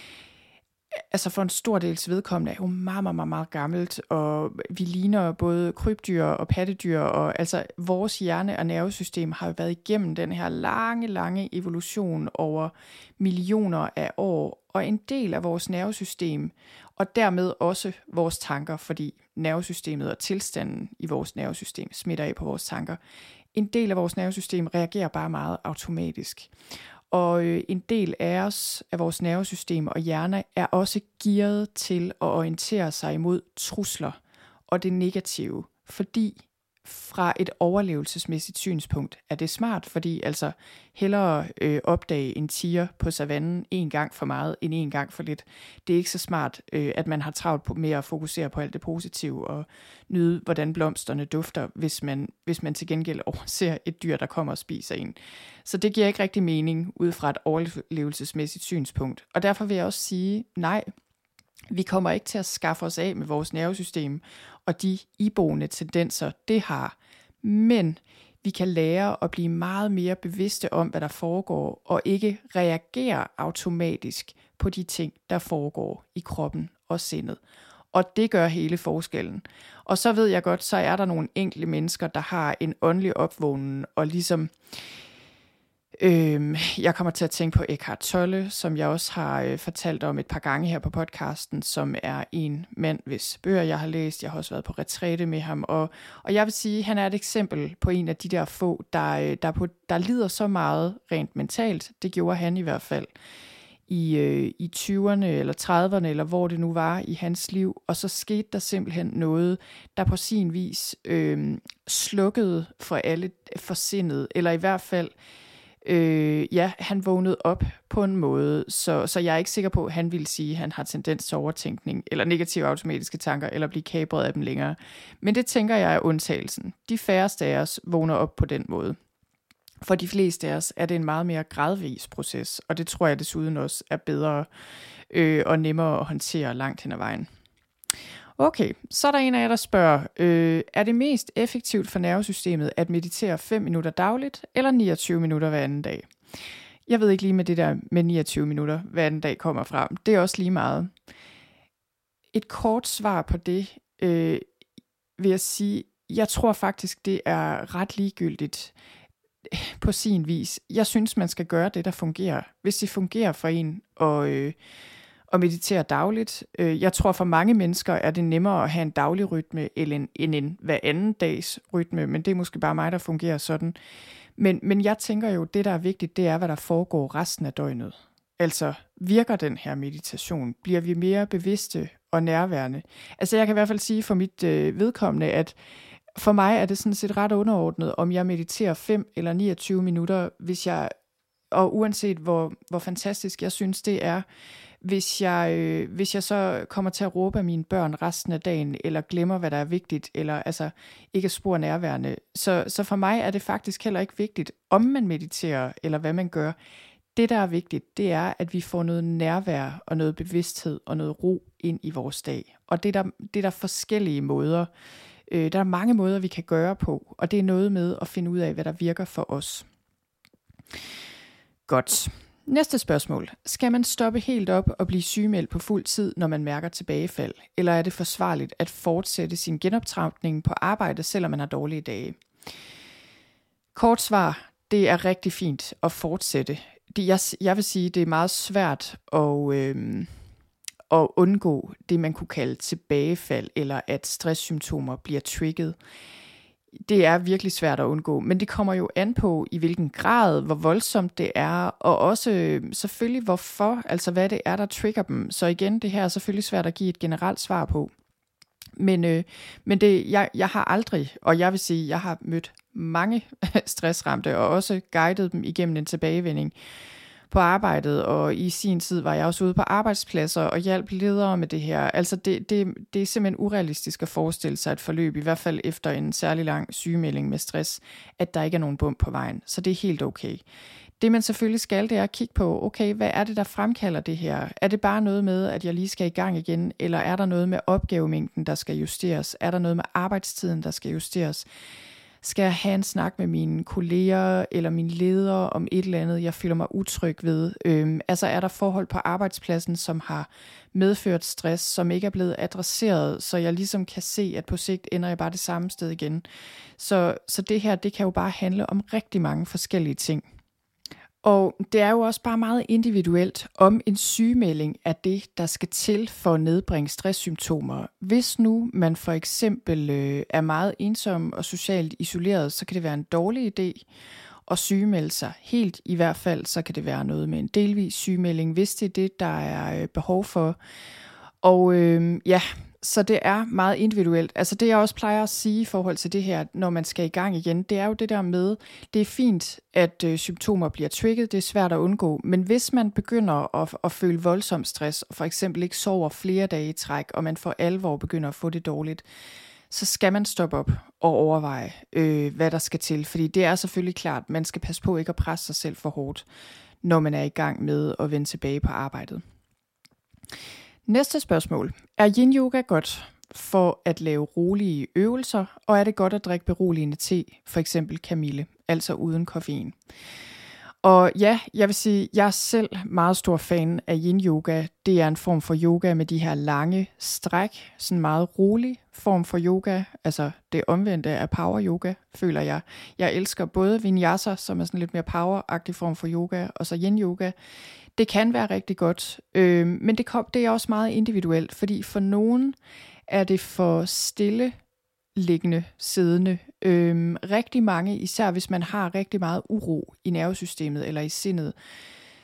altså for en stor dels vedkommende, er jo meget, meget, meget gammelt, og vi ligner både krybdyr og pattedyr, og altså vores hjerne- og nervesystem har jo været igennem den her lange, lange evolution over millioner af år, og en del af vores nervesystem, og dermed også vores tanker, fordi nervesystemet og tilstanden i vores nervesystem smitter af på vores tanker. En del af vores nervesystem reagerer bare meget automatisk. Og en del af os, af vores nervesystem og hjerne, er også gearet til at orientere sig imod trusler og det negative, fordi fra et overlevelsesmæssigt synspunkt er det smart, fordi altså hellere opdage en tiger på savannen en gang for meget end en gang for lidt. Det er ikke så smart, at man har travlt med at fokusere på alt det positive og nyde, hvordan blomsterne dufter, hvis man til gengæld overser et dyr, der kommer og spiser en. Så det giver ikke rigtig mening ud fra et overlevelsesmæssigt synspunkt. Og derfor vil jeg også sige, nej, vi kommer ikke til at skaffe os af med vores nervesystem og de iboende tendenser, det har. Men vi kan lære at blive meget mere bevidste om, hvad der foregår, og ikke reagere automatisk på de ting, der foregår i kroppen og sindet. Og det gør hele forskellen. Og så ved jeg godt, så er der nogle enkelte mennesker, der har en åndelig opvågning, og ligesom jeg kommer til at tænke på Eckhart Tolle, som jeg også har fortalt om et par gange her på podcasten, som er en mand, hvis bøger jeg har læst. Jeg har også været på retræte med ham, og jeg vil sige, at han er et eksempel på en af de der få, der lider så meget rent mentalt. Det gjorde han i hvert fald i 20'erne eller 30'erne, eller hvor det nu var i hans liv, og så skete der simpelthen noget, der på sin vis slukkede for sindet, eller i hvert fald, han vågnede op på en måde, så jeg er ikke sikker på, at han ville sige, at han har tendens til overtænkning, eller negative automatiske tanker, eller blive kapret af dem længere. Men det tænker jeg er undtagelsen. De færreste af os vågner op på den måde. For de fleste af os er det en meget mere gradvis proces, og det tror jeg desuden også er bedre og nemmere at håndtere langt hen ad vejen. Okay, så er der en af jer, der spørger, er det mest effektivt for nervesystemet at meditere 5 minutter dagligt, eller 29 minutter hver anden dag? Jeg ved ikke lige med det der med 29 minutter hver anden dag kommer frem. Det er også lige meget. Et kort svar på det vil jeg sige, jeg tror faktisk, det er ret ligegyldigt på sin vis. Jeg synes, man skal gøre det, der fungerer. Hvis det fungerer for en og meditere dagligt. Jeg tror, for mange mennesker er det nemmere at have en daglig rytme end en hver anden dags rytme, men det er måske bare mig, der fungerer sådan. Men jeg tænker jo, det der er vigtigt, det er, hvad der foregår resten af døgnet. Altså, virker den her meditation? Bliver vi mere bevidste og nærværende? Altså, jeg kan i hvert fald sige for mit vedkommende, at for mig er det sådan set ret underordnet, om jeg mediterer 5 eller 29 minutter, og uanset hvor fantastisk jeg synes det er, hvis jeg så kommer til at råbe af mine børn resten af dagen, eller glemmer, hvad der er vigtigt, eller altså ikke er spor nærværende. Så for mig er det faktisk heller ikke vigtigt, om man mediterer, eller hvad man gør. Det, der er vigtigt, det er, at vi får noget nærvær, og noget bevidsthed, og noget ro ind i vores dag. Og det er der forskellige måder. Der er mange måder, vi kan gøre på, og det er noget med at finde ud af, hvad der virker for os. Godt. Næste spørgsmål. Skal man stoppe helt op og blive sygemeldt på fuld tid, når man mærker tilbagefald? Eller er det forsvarligt at fortsætte sin genoptræning på arbejde, selvom man har dårlige dage? Kort svar. Det er rigtig fint at fortsætte. Jeg vil sige, det er meget svært at undgå det, man kunne kalde tilbagefald, eller at stresssymptomer bliver trigget. Det er virkelig svært at undgå, men det kommer jo an på, i hvilken grad, hvor voldsomt det er, og også selvfølgelig hvorfor, altså hvad det er, der trigger dem. Så igen, det her er selvfølgelig svært at give et generelt svar på. Men jeg har aldrig, og jeg vil sige, jeg har mødt mange stressramte, og også guidet dem igennem en tilbagevending på arbejdet, og i sin tid var jeg også ude på arbejdspladser og hjalp ledere med det her. Altså det er simpelthen urealistisk at forestille sig et forløb, i hvert fald efter en særlig lang sygemelding med stress, at der ikke er nogen bump på vejen. Så det er helt okay. Det man selvfølgelig skal, det er at kigge på, okay, hvad er det, der fremkalder det her? Er det bare noget med, at jeg lige skal i gang igen, eller er der noget med opgavemængden, der skal justeres? Er der noget med arbejdstiden, der skal justeres? Skal jeg have en snak med mine kolleger eller mine ledere om et eller andet, jeg føler mig utryg ved? Altså er der forhold på arbejdspladsen, som har medført stress, som ikke er blevet adresseret, så jeg ligesom kan se, at på sigt ender jeg bare det samme sted igen. Så det her, det kan jo bare handle om rigtig mange forskellige ting. Og det er jo også bare meget individuelt, om en sygemelding er det, der skal til for at nedbringe stresssymptomer. Hvis nu man for eksempel er meget ensom og socialt isoleret, så kan det være en dårlig idé at sygemelde sig. Helt i hvert fald, så kan det være noget med en delvis sygemelding, hvis det er det, der er behov for. Og så det er meget individuelt. Altså det jeg også plejer at sige i forhold til det her, når man skal i gang igen, det er jo det der med, det er fint, at symptomer bliver trigget, det er svært at undgå, men hvis man begynder at føle voldsom stress, og for eksempel ikke sover flere dage i træk, og man for alvor begynder at få det dårligt, så skal man stoppe op og overveje, hvad der skal til. Fordi det er selvfølgelig klart, man skal passe på ikke at presse sig selv for hårdt, når man er i gang med at vende tilbage på arbejdet. Næste spørgsmål. Er yin yoga godt for at lave rolige øvelser, og er det godt at drikke beroligende te, for eksempel kamille, altså uden koffein? Og ja, jeg vil sige, jeg er selv meget stor fan af yin yoga. Det er en form for yoga med de her lange stræk, sådan en meget rolig form for yoga. Altså det omvendte af power yoga, føler jeg. Jeg elsker både vinyasa, som er sådan lidt mere power-agtig form for yoga, og så yin yoga. Det kan være rigtig godt, men det er også meget individuelt, fordi for nogen er det for stille liggende, siddende. Rigtig mange, især hvis man har rigtig meget uro i nervesystemet eller i sindet,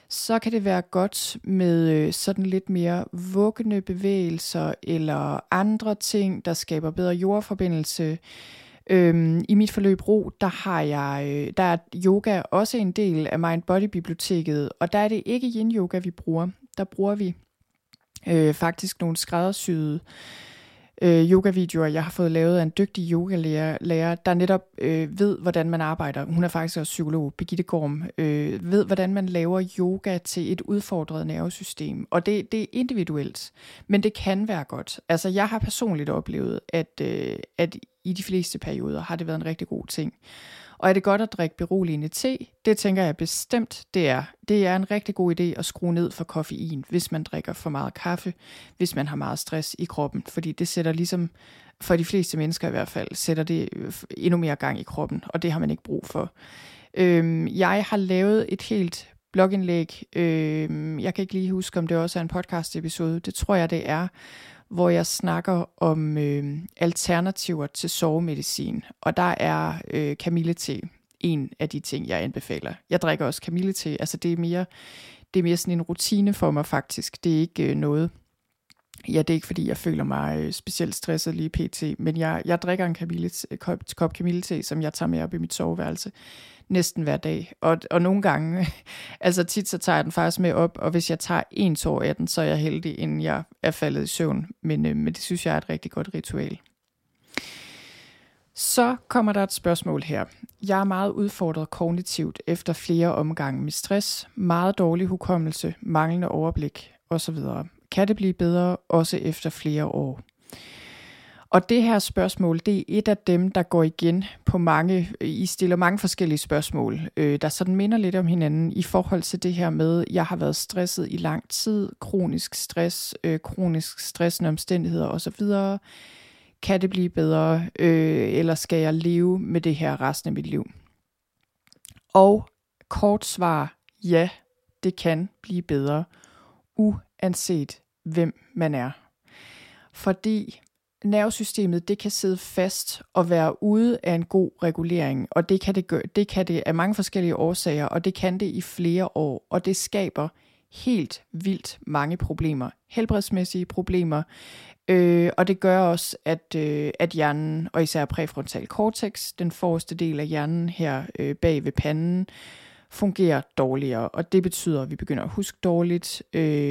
så kan det være godt med sådan lidt mere vuggende bevægelser eller andre ting, der skaber bedre jordforbindelse. I mit forløb Ro, der er yoga også en del af Mind-Body-biblioteket, og der er det ikke yin-yoga, vi bruger. Der bruger vi faktisk nogle skræddersyede yogavideoer, jeg har fået lavet af en dygtig yogalærer, der netop ved, hvordan man arbejder. Hun er faktisk også psykolog, Birgitte Gorm, ved, hvordan man laver yoga til et udfordret nervesystem. Og det er individuelt, men det kan være godt. Altså, jeg har personligt oplevet, at i de fleste perioder har det været en rigtig god ting. Og er det godt at drikke beroligende te? Det tænker jeg bestemt, det er. Det er en rigtig god idé at skrue ned for koffein, hvis man drikker for meget kaffe, hvis man har meget stress i kroppen. Fordi det sætter ligesom, for de fleste mennesker i hvert fald, sætter det endnu mere gang i kroppen, og det har man ikke brug for. Jeg har lavet et helt blogindlæg. Jeg kan ikke lige huske, om det også er en podcast episode. Det tror jeg, det er, hvor jeg snakker om alternativer til sovemedicin. Og der er kamillete en af de ting, jeg anbefaler. Jeg drikker også kamillete. Altså det er mere sådan en rutine for mig faktisk. Det er ikke noget. Ja, det er ikke fordi, jeg føler mig specielt stresset lige pt. Men jeg drikker en kop kamillete, som jeg tager med op i mit soveværelse næsten hver dag. Og nogle gange, altså tit så tager jeg den faktisk med op, og hvis jeg tager en tår af den, så er jeg heldig, inden jeg er faldet i søvn. Men det synes jeg er et rigtig godt ritual. Så kommer der et spørgsmål her. Jeg er meget udfordret kognitivt efter flere omgange med stress, meget dårlig hukommelse, manglende overblik osv. Kan det blive bedre også efter flere år? Og det her spørgsmål, det er et af dem, der går igen på mange. I stiller mange forskellige spørgsmål, der sådan minder lidt om hinanden i forhold til det her med, jeg har været stresset i lang tid, kronisk stressende omstændigheder osv. Kan det blive bedre, eller skal jeg leve med det her resten af mit liv? Og kort svar, ja, det kan blive bedre, uanset hvem man er. Fordi nervesystemet, det kan sidde fast og være ude af en god regulering, og det kan det af mange forskellige årsager, og det kan det i flere år, og det skaber helt vildt mange problemer, helbredsmæssige problemer, og det gør også, at hjernen, og især præfrontal cortex, den forreste del af hjernen her bag ved panden, fungerer dårligere, og det betyder, at vi begynder at huske dårligt,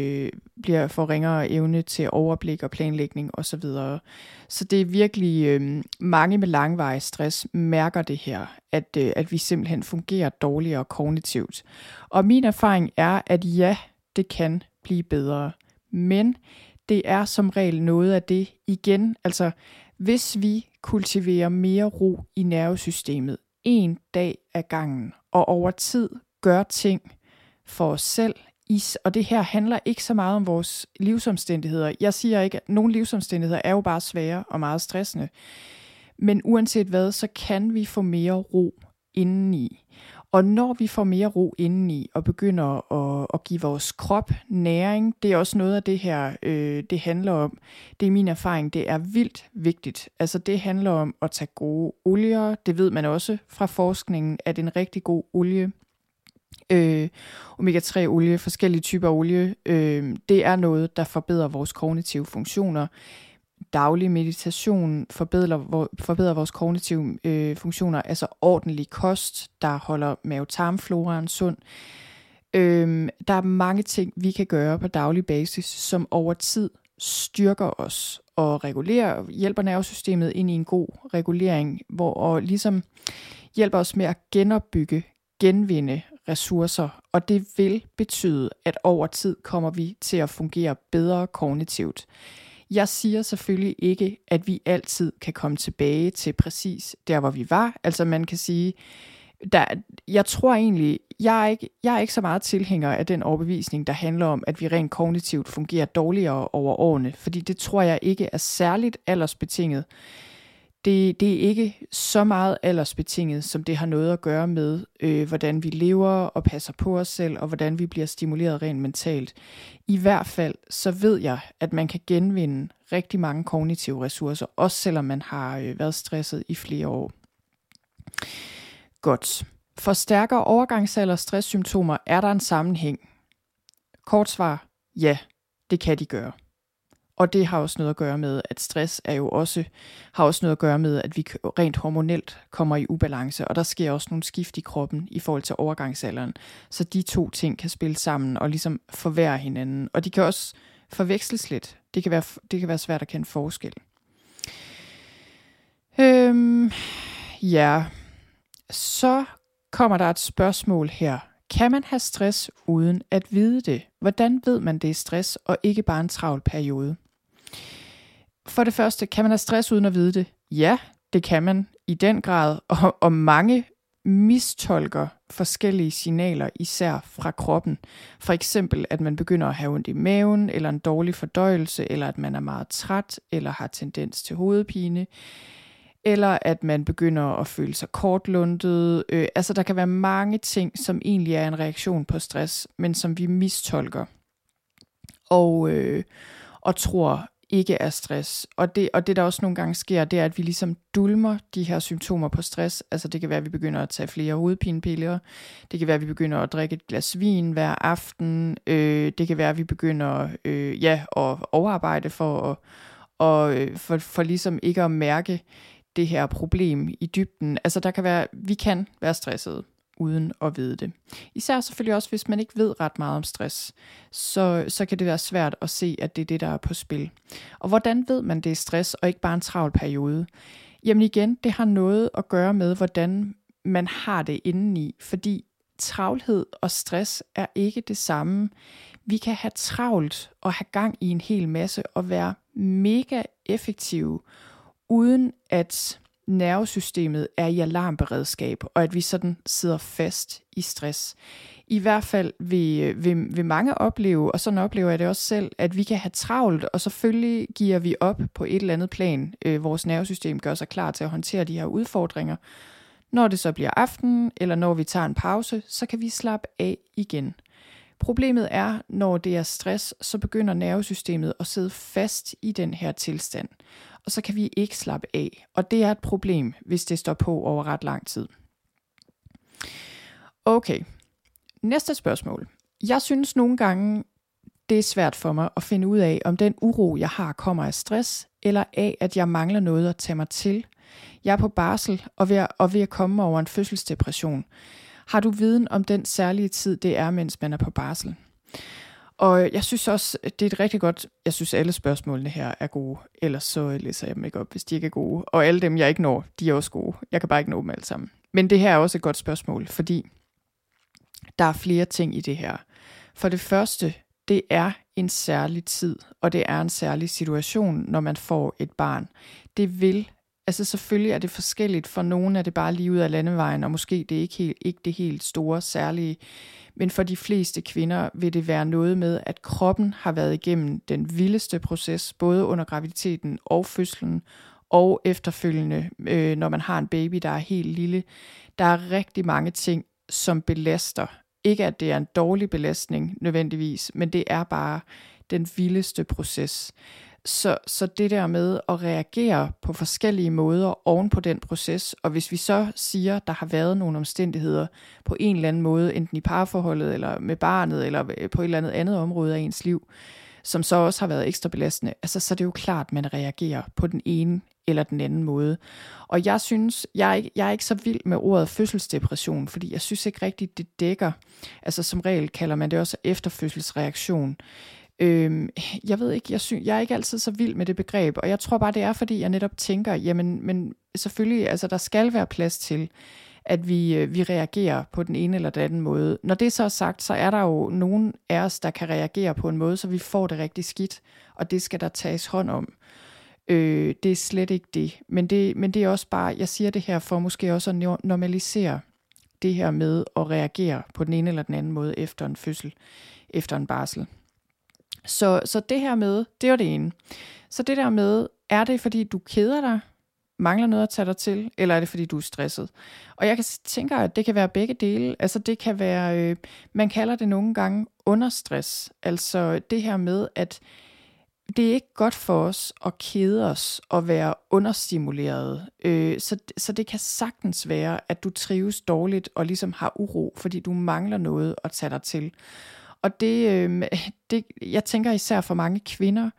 får ringere evne til overblik og planlægning osv. Så det er virkelig mange med langvarig stress mærker det her, at vi simpelthen fungerer dårligere kognitivt. Og min erfaring er, at ja, det kan blive bedre, men det er som regel noget af det igen, altså hvis vi kultiverer mere ro i nervesystemet en dag ad gangen, og over tid gør ting for os selv. Og det her handler ikke så meget om vores livsomstændigheder. Jeg siger ikke, at nogle livsomstændigheder er jo bare svære og meget stressende. Men uanset hvad, så kan vi få mere ro indeni. Og når vi får mere ro indeni og begynder at give vores krop næring, det er også noget af det her, det handler om. Det er min erfaring, det er vildt vigtigt. Altså det handler om at tage gode olier. Det ved man også fra forskningen, at en rigtig god olie, omega-3 olie, forskellige typer olie, det er noget, der forbedrer vores kognitive funktioner. Daglig meditation forbedrer vores kognitive funktioner, altså ordentlig kost, der holder mavetarmfloraen sund. Der er mange ting, vi kan gøre på daglig basis, som over tid styrker os og hjælper nervesystemet ind i en god regulering, og ligesom hjælper os med at genvinde ressourcer, og det vil betyde, at over tid kommer vi til at fungere bedre kognitivt. Jeg siger selvfølgelig ikke, at vi altid kan komme tilbage til præcis der, hvor vi var. Altså man kan sige, jeg tror egentlig, jeg er ikke så meget tilhænger af den overbevisning, der handler om, at vi rent kognitivt fungerer dårligere over årene, fordi det tror jeg ikke er særligt aldersbetinget. Det er ikke så meget aldersbetinget, som det har noget at gøre med, hvordan vi lever og passer på os selv, og hvordan vi bliver stimuleret rent mentalt. I hvert fald så ved jeg, at man kan genvinde rigtig mange kognitive ressourcer, også selvom man har været stresset i flere år. Godt. For stærkere overgangsalder og stresssymptomer er der en sammenhæng. Kort svar, ja, det kan de gøre. Og det har også noget at gøre med, at stress har også noget at gøre med, at vi rent hormonelt kommer i ubalance, og der sker også nogle skift i kroppen i forhold til overgangsalderen. Så de to ting kan spille sammen og ligesom forværre hinanden. Og de kan også forveksles lidt. Det kan være svært at kende forskel. Ja, så kommer der et spørgsmål her. Kan man have stress uden at vide det? Hvordan ved man, det er stress og ikke bare en travl periode? For det første, kan man have stress uden at vide det? Ja, det kan man i den grad, og mange mistolker forskellige signaler, især fra kroppen. For eksempel, at man begynder at have ondt i maven, eller en dårlig fordøjelse, eller at man er meget træt, eller har tendens til hovedpine, eller at man begynder at føle sig kortlundet. Altså, der kan være mange ting, som egentlig er en reaktion på stress, men som vi mistolker og tror ikke er stress. Og det, der også nogle gange sker, det er, at vi ligesom dulmer de her symptomer på stress. Altså, det kan være, at vi begynder at tage flere hovedpinepiller. Det kan være, at vi begynder at drikke et glas vin hver aften. Det kan være, at vi begynder at overarbejde for ligesom ikke at mærke det her problem i dybden. Altså, vi kan være stressede uden at vide det. Især selvfølgelig også, hvis man ikke ved ret meget om stress, så kan det være svært at se, at det er det, der er på spil. Og hvordan ved man, det er stress og ikke bare en travl periode? Jamen igen, det har noget at gøre med, hvordan man har det indeni, fordi travlhed og stress er ikke det samme. Vi kan have travlt og have gang i en hel masse og være mega effektive, uden at nervesystemet er i alarmberedskab, og at vi sådan sidder fast i stress. I hvert fald vil mange opleve, og sådan oplever jeg det også selv, at vi kan have travlt, og selvfølgelig giver vi op på et eller andet plan. Vores nervesystem gør sig klar til at håndtere de her udfordringer. Når det så bliver aften, eller når vi tager en pause, så kan vi slappe af igen. Problemet er, når det er stress, så begynder nervesystemet at sidde fast i den her tilstand. Og så kan vi ikke slappe af. Og det er et problem, hvis det står på over ret lang tid. Okay, næste spørgsmål. Jeg synes nogle gange, det er svært for mig at finde ud af, om den uro, jeg har, kommer af stress, eller af, at jeg mangler noget at tage mig til. Jeg er på barsel og ved at komme over en fødselsdepression. Har du viden om den særlige tid, det er, mens man er på barsel? Og jeg synes også, det er et rigtig godt, jeg synes alle spørgsmålene her er gode, ellers så læser jeg dem ikke op, hvis de ikke er gode. Og alle dem, jeg ikke når, de er også gode. Jeg kan bare ikke nå dem alle sammen. Men det her er også et godt spørgsmål, fordi der er flere ting i det her. For det første, det er en særlig tid, og det er en særlig situation, når man får et barn. Altså selvfølgelig er det forskelligt, for nogen er det bare lige ud af landevejen, og måske det er ikke det helt store særlige. Men for de fleste kvinder vil det være noget med, at kroppen har været igennem den vildeste proces, både under graviditeten og fødslen, og efterfølgende, når man har en baby, der er helt lille. Der er rigtig mange ting, som belaster. Ikke at det er en dårlig belastning nødvendigvis, men det er bare den vildeste proces. Så det der med at reagere på forskellige måder oven på den proces, og hvis vi så siger, der har været nogle omstændigheder på en eller anden måde, enten i parforholdet, eller med barnet, eller på et eller andet område af ens liv, som så også har været ekstra belastende, altså så er det jo klart, at man reagerer på den ene eller den anden måde. Og jeg synes, jeg er ikke så vild med ordet fødselsdepression, fordi jeg synes ikke rigtigt, det dækker. Altså som regel kalder man det også efterfødselsreaktion. Jeg ved ikke, jeg er ikke altid så vild med det begreb, og jeg tror bare, det er, fordi jeg netop tænker, jamen, men selvfølgelig, altså der skal være plads til, at vi reagerer på den ene eller den anden måde. Når det så er sagt, så er der jo nogen af os, der kan reagere på en måde, så vi får det rigtig skidt, og det skal der tages hånd om. Det er slet ikke det. Men det er også bare, jeg siger det her for måske også at normalisere det her med at reagere på den ene eller den anden måde efter en fødsel, efter en barsel. Så det her med, det var det ene. Så det der med, er det fordi du keder dig, mangler noget at tage dig til, eller er det fordi du er stresset? Og jeg tænker, at det kan være begge dele. Altså det kan være, man kalder det nogle gange understress. Altså det her med, at det er ikke godt for os at kede os og være understimuleret. Så det kan sagtens være, at du trives dårligt og ligesom har uro, fordi du mangler noget at tage dig til. Og det, jeg tænker især for mange kvinder,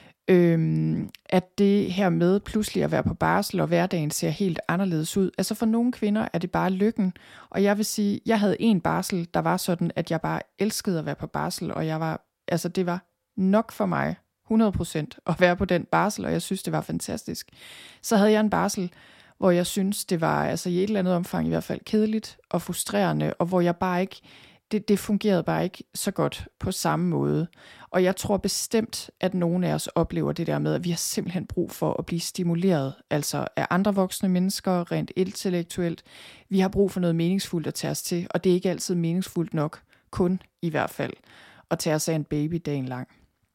at det her med pludselig at være på barsel, og hverdagen ser helt anderledes ud. Altså for nogle kvinder er det bare lykken, og jeg vil sige, jeg havde en barsel, der var sådan, at jeg bare elskede at være på barsel, og det var nok for mig, 100% at være på den barsel, og jeg synes, det var fantastisk. Så havde jeg en barsel, hvor jeg synes, det var altså i et eller andet omfang i hvert fald kedeligt og frustrerende, og hvor jeg bare ikke, det fungerede bare ikke så godt på samme måde. Og jeg tror bestemt, at nogle af os oplever det der med, at vi har simpelthen brug for at blive stimuleret, altså af andre voksne mennesker, rent intellektuelt. Vi har brug for noget meningsfuldt at tage os til, og det er ikke altid meningsfuldt nok, kun i hvert fald, at tage os af en baby dagen lang.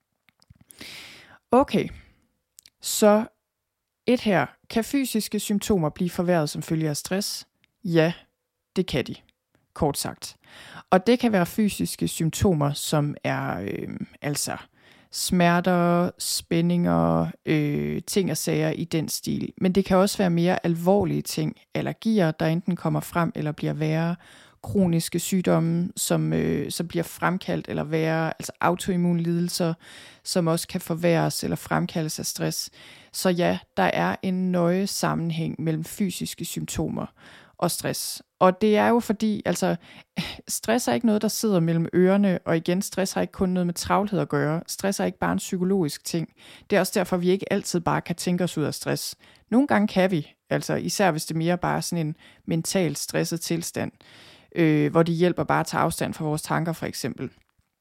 Okay, så et her. Kan fysiske symptomer blive forværret som følge af stress? Ja, det kan de, kort sagt. Og det kan være fysiske symptomer, som er altså smerter, spændinger, ting og sager i den stil. Men det kan også være mere alvorlige ting, allergier, der enten kommer frem eller bliver værre, kroniske sygdomme, som bliver fremkaldt eller værre, altså autoimmune lidelser, som også kan forværres eller fremkaldes af stress. Så ja, der er en nøje sammenhæng mellem fysiske symptomer og stress. Og det er jo fordi, altså stress er ikke noget, der sidder mellem ørerne, og igen, stress har ikke kun noget med travlhed at gøre. Stress er ikke bare en psykologisk ting. Det er også derfor, vi ikke altid bare kan tænke os ud af stress. Nogle gange kan vi, altså især hvis det mere bare er sådan en mentalt stresset tilstand, hvor det hjælper bare at tage afstand fra vores tanker for eksempel.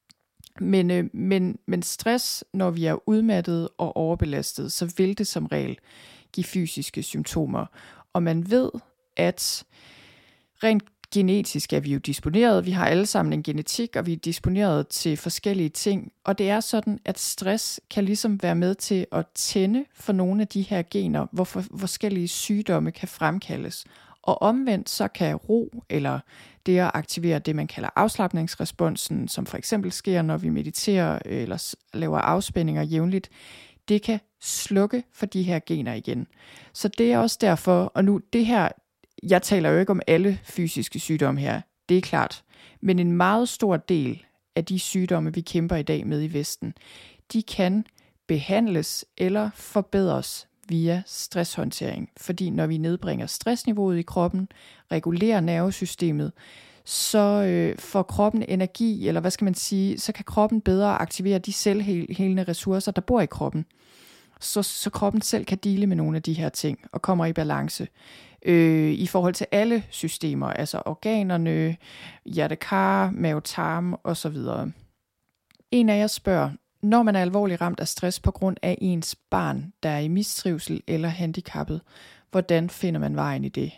Men stress, når vi er udmattet og overbelastet, så vil det som regel give fysiske symptomer. Og man ved, at rent genetisk er vi jo disponeret. Vi har alle sammen en genetik, og vi er disponeret til forskellige ting. Og det er sådan, at stress kan ligesom være med til at tænde for nogle af de her gener, hvor forskellige sygdomme kan fremkaldes. Og omvendt så kan ro, eller det at aktivere det, man kalder afslapningsresponsen, som for eksempel sker, når vi mediterer eller laver afspændinger jævnligt, det kan slukke for de her gener igen. Så det er også derfor, og nu det her, jeg taler jo ikke om alle fysiske sygdomme her, det er klart, men en meget stor del af de sygdomme, vi kæmper i dag med i Vesten, de kan behandles eller forbedres via stresshåndtering. Fordi når vi nedbringer stressniveauet i kroppen, regulerer nervesystemet, så får kroppen energi, eller hvad skal man sige, så kan kroppen bedre aktivere de selvhelende ressourcer, der bor i kroppen. Så kroppen selv kan dele med nogle af de her ting, og kommer i balance. I forhold til alle systemer, altså organerne, hjertekar, mave-tarm osv. En af jer spørger, når man er alvorligt ramt af stress på grund af ens barn, der er i mistrivsel eller handicappet, hvordan finder man vejen i det?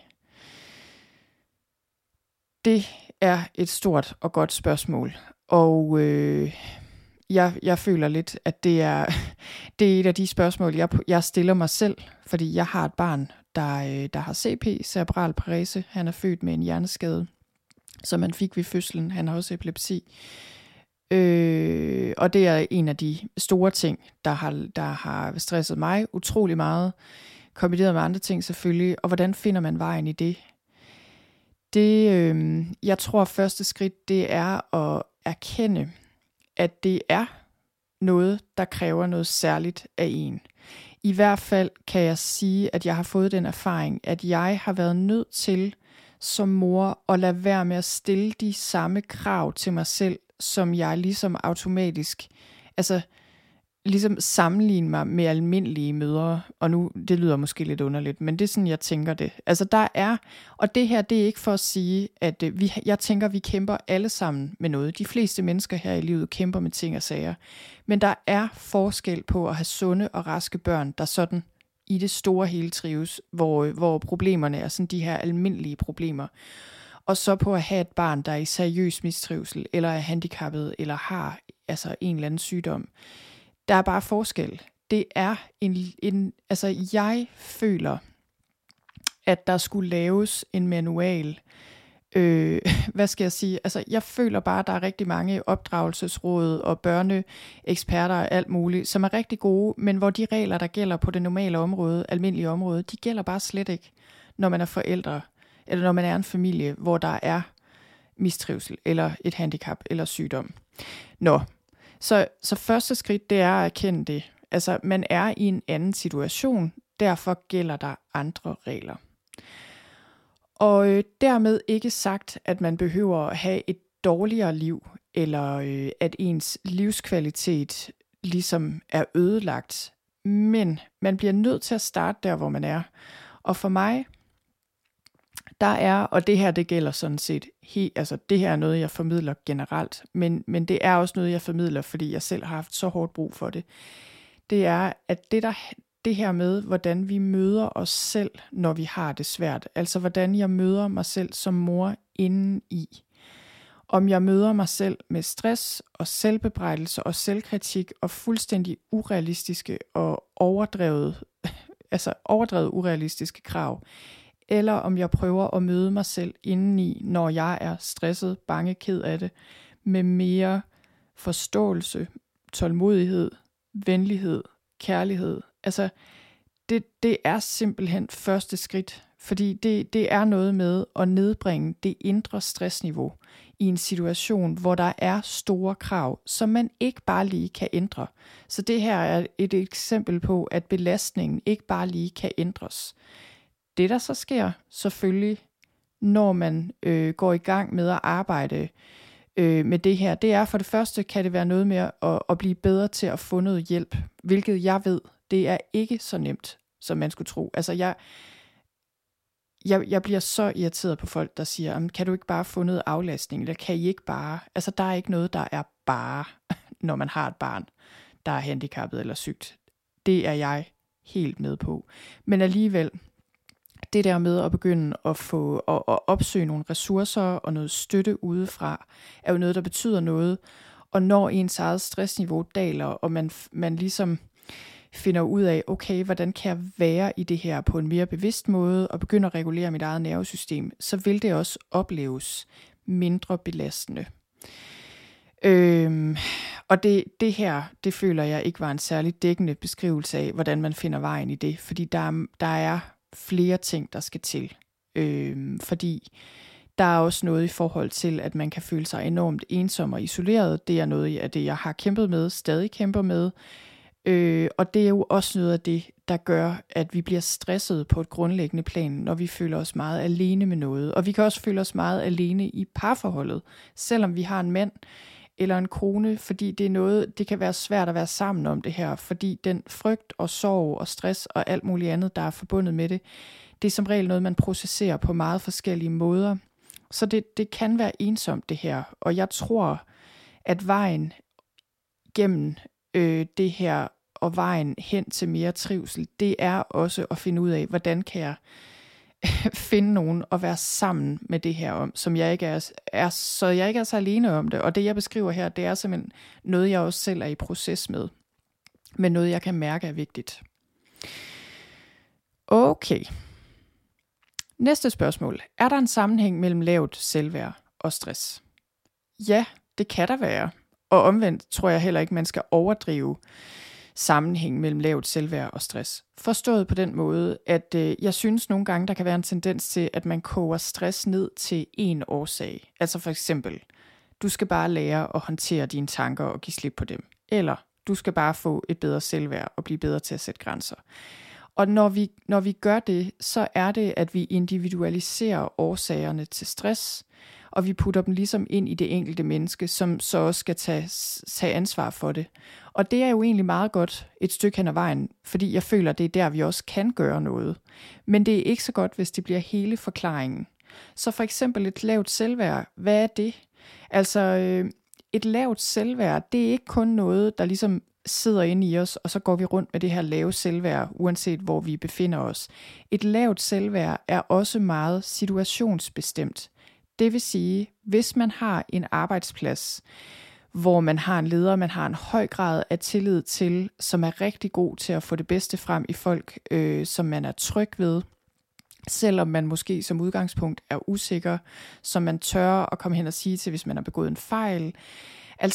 Det er et stort og godt spørgsmål, og jeg føler lidt, at det er et af de spørgsmål, jeg stiller mig selv, fordi jeg har et barn, der har CP, cerebral parese. Han er født med en hjerneskade, som han fik ved fødslen. Han har også epilepsi. Og det er en af de store ting, der har stresset mig utrolig meget, kombineret med andre ting selvfølgelig. Og hvordan finder man vejen i det? Jeg tror, første skridt, det er at erkende, at det er noget, der kræver noget særligt af en. I hvert fald kan jeg sige, at jeg har fået den erfaring, at jeg har været nødt til som mor at lade være med at stille de samme krav til mig selv, som jeg ligesom automatisk, altså ligesom sammenligne mig med almindelige mødre, og nu, det lyder måske lidt underligt, men det er sådan, jeg tænker det. Altså der er, og det her, det er ikke for at sige, at jeg tænker, vi kæmper alle sammen med noget. De fleste mennesker her i livet kæmper med ting og sager. Men der er forskel på at have sunde og raske børn, der sådan i det store hele trives, hvor problemerne er sådan de her almindelige problemer. Og så på at have et barn, der er i seriøs mistrivsel, eller er handicappet, eller har altså en eller anden sygdom. Der er bare forskel. Det er altså jeg føler, at der skulle laves en manual. Hvad skal jeg sige? Altså jeg føler bare, at der er rigtig mange opdragelsesråd og børneeksperter og alt muligt, som er rigtig gode, men hvor de regler, der gælder på det normale område, almindelige område, de gælder bare slet ikke, når man er forældre, eller når man er en familie, hvor der er mistrivsel, eller et handicap, eller sygdom. Så første skridt, det er at erkende det. Altså, man er i en anden situation, derfor gælder der andre regler. Og dermed ikke sagt, at man behøver at have et dårligere liv, eller at ens livskvalitet ligesom er ødelagt. Men man bliver nødt til at starte der, hvor man er. Og for mig, der er, og det her det gælder sådan set, altså det her er noget, jeg formidler generelt, men det er også noget, jeg formidler, fordi jeg selv har haft så hårdt brug for det. Det er, at det her med, hvordan vi møder os selv, når vi har det svært. Altså hvordan jeg møder mig selv som mor indeni. Om jeg møder mig selv med stress og selvbebrejdelse og selvkritik og fuldstændig urealistiske og overdrevet urealistiske krav. Eller om jeg prøver at møde mig selv indeni, når jeg er stresset, bange, ked af det, med mere forståelse, tålmodighed, venlighed, kærlighed. Altså, det er simpelthen første skridt, fordi det er noget med at nedbringe det indre stressniveau i en situation, hvor der er store krav, som man ikke bare lige kan ændre. Så det her er et eksempel på, at belastningen ikke bare lige kan ændres. Det der så sker selvfølgelig, når man går i gang med at arbejde med det her, det er for det første, kan det være noget med at blive bedre til at få noget hjælp, hvilket jeg ved, det er ikke så nemt, som man skulle tro. Altså jeg bliver så irriteret på folk, der siger, kan du ikke bare få noget aflastning, eller kan I ikke bare, altså der er ikke noget, der er bare, når man har et barn, der er handicappet eller sygt. Det er jeg helt med på. Men alligevel, det der med at begynde at opsøge nogle ressourcer og noget støtte udefra, er jo noget, der betyder noget. Og når ens eget stressniveau daler, og man ligesom finder ud af, okay, hvordan kan jeg være i det her på en mere bevidst måde, og begynde at regulere mit eget nervesystem, så vil det også opleves mindre belastende. Og det her, det føler jeg ikke var en særlig dækkende beskrivelse af, hvordan man finder vejen i det, fordi der er flere ting, der skal til. Fordi der er også noget i forhold til, at man kan føle sig enormt ensom og isoleret. Det er noget af det, jeg har kæmpet med, stadig kæmper med. Og det er jo også noget af det, der gør, at vi bliver stresset på et grundlæggende plan, når vi føler os meget alene med noget. Og vi kan også føle os meget alene i parforholdet, selvom vi har en mand eller en kone, fordi det kan være svært at være sammen om det her, fordi den frygt og sorg og stress og alt muligt andet, der er forbundet med det, det er som regel noget, man processerer på meget forskellige måder. Så det kan være ensomt det her, og jeg tror, at vejen gennem det her og vejen hen til mere trivsel, det er også at finde ud af, hvordan kan jeg finde nogen at være sammen med det her om, som jeg ikke er så jeg ikke er så alene om det. Og det jeg beskriver her, det er simpelthen noget, jeg også selv er i proces med, men noget jeg kan mærke er vigtigt. Okay. Næste spørgsmål. Er der en sammenhæng mellem lavt selvværd og stress? Ja, det kan der være. Og omvendt tror jeg heller ikke, man skal overdrive sammenhæng mellem lavt selvværd og stress. Forstået på den måde, at jeg synes nogle gange, der kan være en tendens til, at man koger stress ned til en årsag. Altså for eksempel, du skal bare lære at håndtere dine tanker og give slip på dem. Eller du skal bare få et bedre selvværd og blive bedre til at sætte grænser. Og når vi gør det, så er det, at vi individualiserer årsagerne til stress, og vi putter dem ligesom ind i det enkelte menneske, som så også skal tage ansvar for det. Og det er jo egentlig meget godt et stykke hen ad vejen, fordi jeg føler, det er der, vi også kan gøre noget. Men det er ikke så godt, hvis det bliver hele forklaringen. Så for eksempel et lavt selvværd, hvad er det? Altså et lavt selvværd, det er ikke kun noget, der ligesom sidder inde i os, og så går vi rundt med det her lave selvværd, uanset hvor vi befinder os. Et lavt selvværd er også meget situationsbestemt. Det vil sige, hvis man har en arbejdsplads, hvor man har en leder, man har en høj grad af tillid til, som er rigtig god til at få det bedste frem i folk, som man er tryg ved, selvom man måske som udgangspunkt er usikker, som man tør at komme hen og sige til, hvis man har begået en fejl. Altså,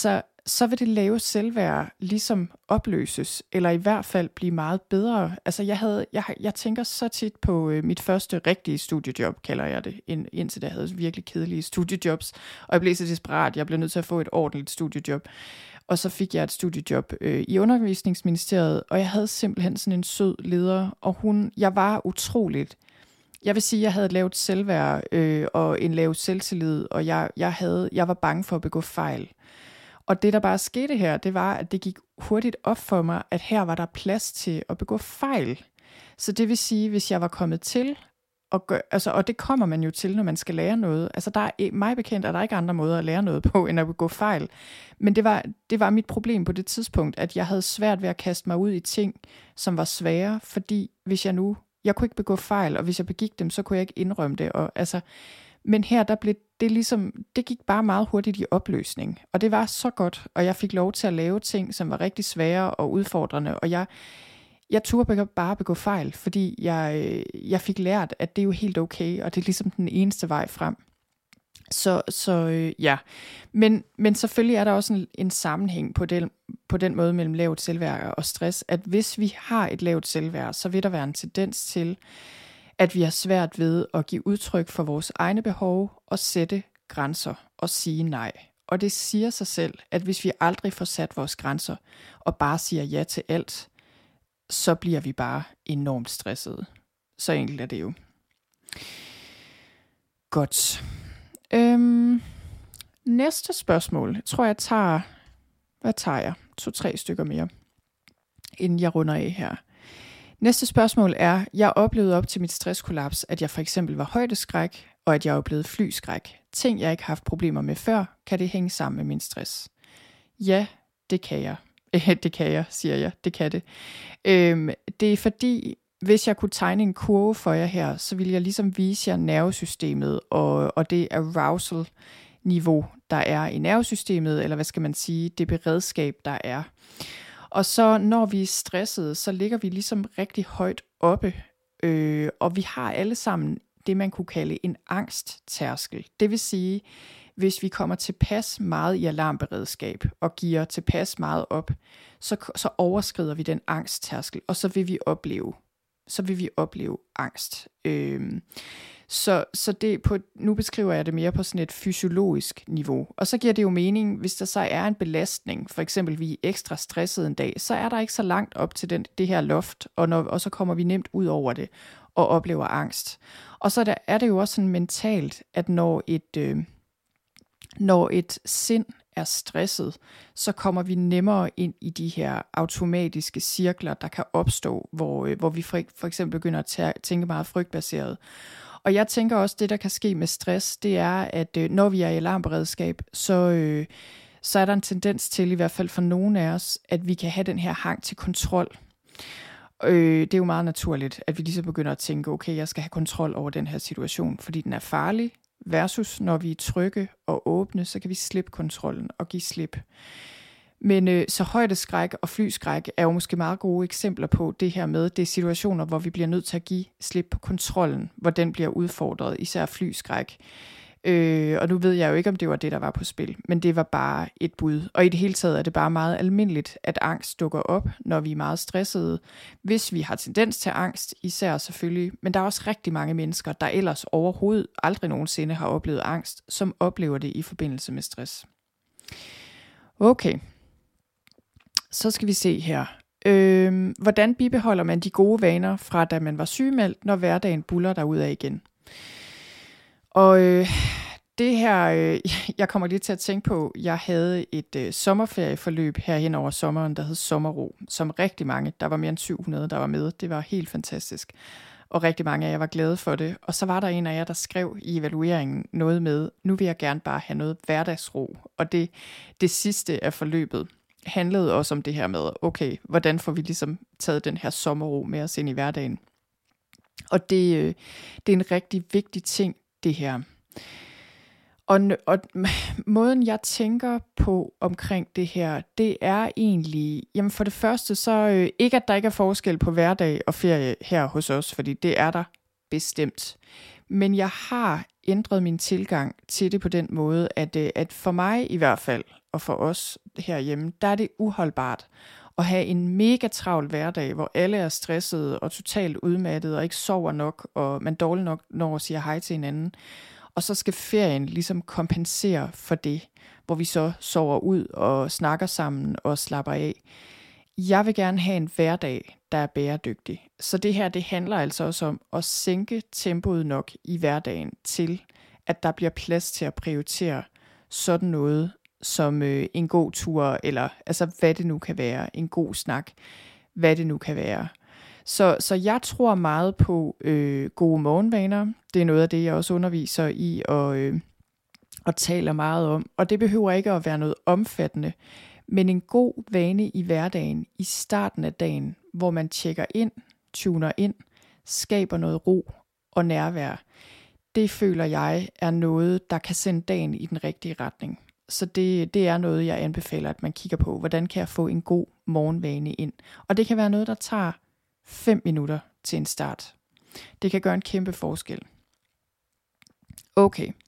så vil det lave selvværd ligesom opløses, eller i hvert fald blive meget bedre. Altså jeg tænker så tit på mit første rigtige studiejob, kalder jeg det, indtil jeg havde virkelig kedelige studiejobs, og jeg blev så desperat, jeg blev nødt til at få et ordentligt studiejob. Og så fik jeg et studiejob i Undervisningsministeriet, og jeg havde simpelthen sådan en sød leder, og jeg var utroligt. Jeg vil sige, at jeg havde lavt selvværd og en lav selvtillid, og jeg var bange for at begå fejl. Og det, der bare skete her, det var, at det gik hurtigt op for mig, at her var der plads til at begå fejl. Så det vil sige, hvis jeg var kommet til, og det kommer man jo til, når man skal lære noget. Altså der er mig bekendt, at der ikke andre måder at lære noget på, end at begå fejl. Men det var mit problem på det tidspunkt, at jeg havde svært ved at kaste mig ud i ting, som var svære, fordi hvis jeg kunne ikke begå fejl, og hvis jeg begik dem, så kunne jeg ikke indrømme det. Men her, der blev det ligesom, det gik bare meget hurtigt i opløsning. Og det var så godt, og jeg fik lov til at lave ting, som var rigtig svære og udfordrende. Og jeg turde bare begå fejl, fordi jeg fik lært, at det er jo helt okay, og det er ligesom den eneste vej frem. Ja. Men selvfølgelig er der også en sammenhæng på den måde mellem lavt selvværd og stress, at hvis vi har et lavt selvværd, så vil der være en tendens til, at vi har svært ved at give udtryk for vores egne behov og sætte grænser og sige nej. Og det siger sig selv, at hvis vi aldrig får sat vores grænser og bare siger ja til alt, så bliver vi bare enormt stressede. Så enkelt er det jo. Godt. Næste spørgsmål. Jeg tror, jeg tager... Hvad tager jeg? 2-3 stykker mere, inden jeg runder af her. Næste spørgsmål er, jeg oplevede op til mit stresskollaps, at jeg for eksempel var højdeskræk, og at jeg oplevede flyskræk. Ting, jeg ikke har haft problemer med før, kan det hænge sammen med min stress? Ja, det kan jeg. Det kan jeg, siger jeg. Det kan det. Det er fordi, hvis jeg kunne tegne en kurve for jer her, så ville jeg ligesom vise jer nervesystemet og det arousal-niveau, der er i nervesystemet, eller hvad skal man sige, det beredskab, der er. Og så når vi er stressede, så ligger vi ligesom rigtig højt oppe, og vi har alle sammen det, man kunne kalde en angsttærskel. Det vil sige, hvis vi kommer tilpas meget i alarmberedskab og giver tilpas meget op, så overskrider vi den angsttærskel, og så vil vi opleve angst. Så det nu beskriver jeg det mere på sådan et fysiologisk niveau. Og så giver det jo mening, hvis der så er en belastning, for eksempel vi er ekstra stressede en dag, så er der ikke så langt op til det her loft, og så kommer vi nemt ud over det og oplever angst. Og så er det jo også sådan mentalt, at når et sind er stresset, så kommer vi nemmere ind i de her automatiske cirkler, der kan opstå, hvor vi for eksempel begynder at tænke meget frygtbaseret. Og jeg tænker også, det der kan ske med stress, det er, at når vi er i alarmberedskab, så er der en tendens til, i hvert fald for nogle af os, at vi kan have den her hang til kontrol. Det er jo meget naturligt, at vi lige så begynder at tænke, okay, jeg skal have kontrol over den her situation, fordi den er farlig, versus når vi er trygge og åbne, så kan vi slippe kontrollen og give slip. Men så højdeskræk og flyskræk er jo måske meget gode eksempler på det her med, det er situationer, hvor vi bliver nødt til at give slip på kontrollen, hvor den bliver udfordret, især flyskræk. Og nu ved jeg jo ikke, om det var det, der var på spil, men det var bare et bud. Og i det hele taget er det bare meget almindeligt, at angst dukker op, når vi er meget stressede. Hvis vi har tendens til angst, især selvfølgelig, men der er også rigtig mange mennesker, der ellers overhovedet aldrig nogensinde har oplevet angst, som oplever det i forbindelse med stress. Okay, så skal vi se her. Hvordan bibeholder man de gode vaner fra da man var sygemeldt, når hverdagen buller derudad igen? Og det her, jeg kommer lige til at tænke på, jeg havde et sommerferieforløb herhen over sommeren, der hed Sommerro, som rigtig mange, der var mere end 700, der var med. Det var helt fantastisk, og rigtig mange af jer var glade for det. Og så var der en af jer, der skrev i evalueringen noget med, nu vil jeg gerne bare have noget hverdagsro. Og det sidste af forløbet handlede også om det her med, okay, hvordan får vi ligesom taget den her sommerro med os ind i hverdagen. Og det er en rigtig vigtig ting, det her. Og måden jeg tænker på omkring det her, det er egentlig, jamen for det første så, ikke at der ikke er forskel på hverdag og ferie her hos os, fordi det er der bestemt. Men jeg har ændret min tilgang til det på den måde, at for mig i hvert fald, og for os herhjemme, der er det uholdbart at have en mega travl hverdag, hvor alle er stressede og totalt udmattede og ikke sover nok, og man dårligt nok når at sige hej til hinanden. Og så skal ferien ligesom kompensere for det, hvor vi så sover ud og snakker sammen og slapper af. Jeg vil gerne have en hverdag, der er bæredygtig. Så det her, det handler altså også om at sænke tempoet nok i hverdagen til, at der bliver plads til at prioritere sådan noget som en god tur, eller altså hvad det nu kan være, en god snak, hvad det nu kan være. Så jeg tror meget på gode morgenvaner. Det er noget af det, jeg også underviser i og taler meget om. Og det behøver ikke at være noget omfattende, men en god vane i hverdagen, i starten af dagen, hvor man tjekker ind, tuner ind, skaber noget ro og nærvær. Det føler jeg er noget, der kan sende dagen i den rigtige retning. Så det er noget, jeg anbefaler, at man kigger på. Hvordan kan jeg få en god morgenvane ind? Og det kan være noget, der tager 5 minutter til en start. Det kan gøre en kæmpe forskel. Okay.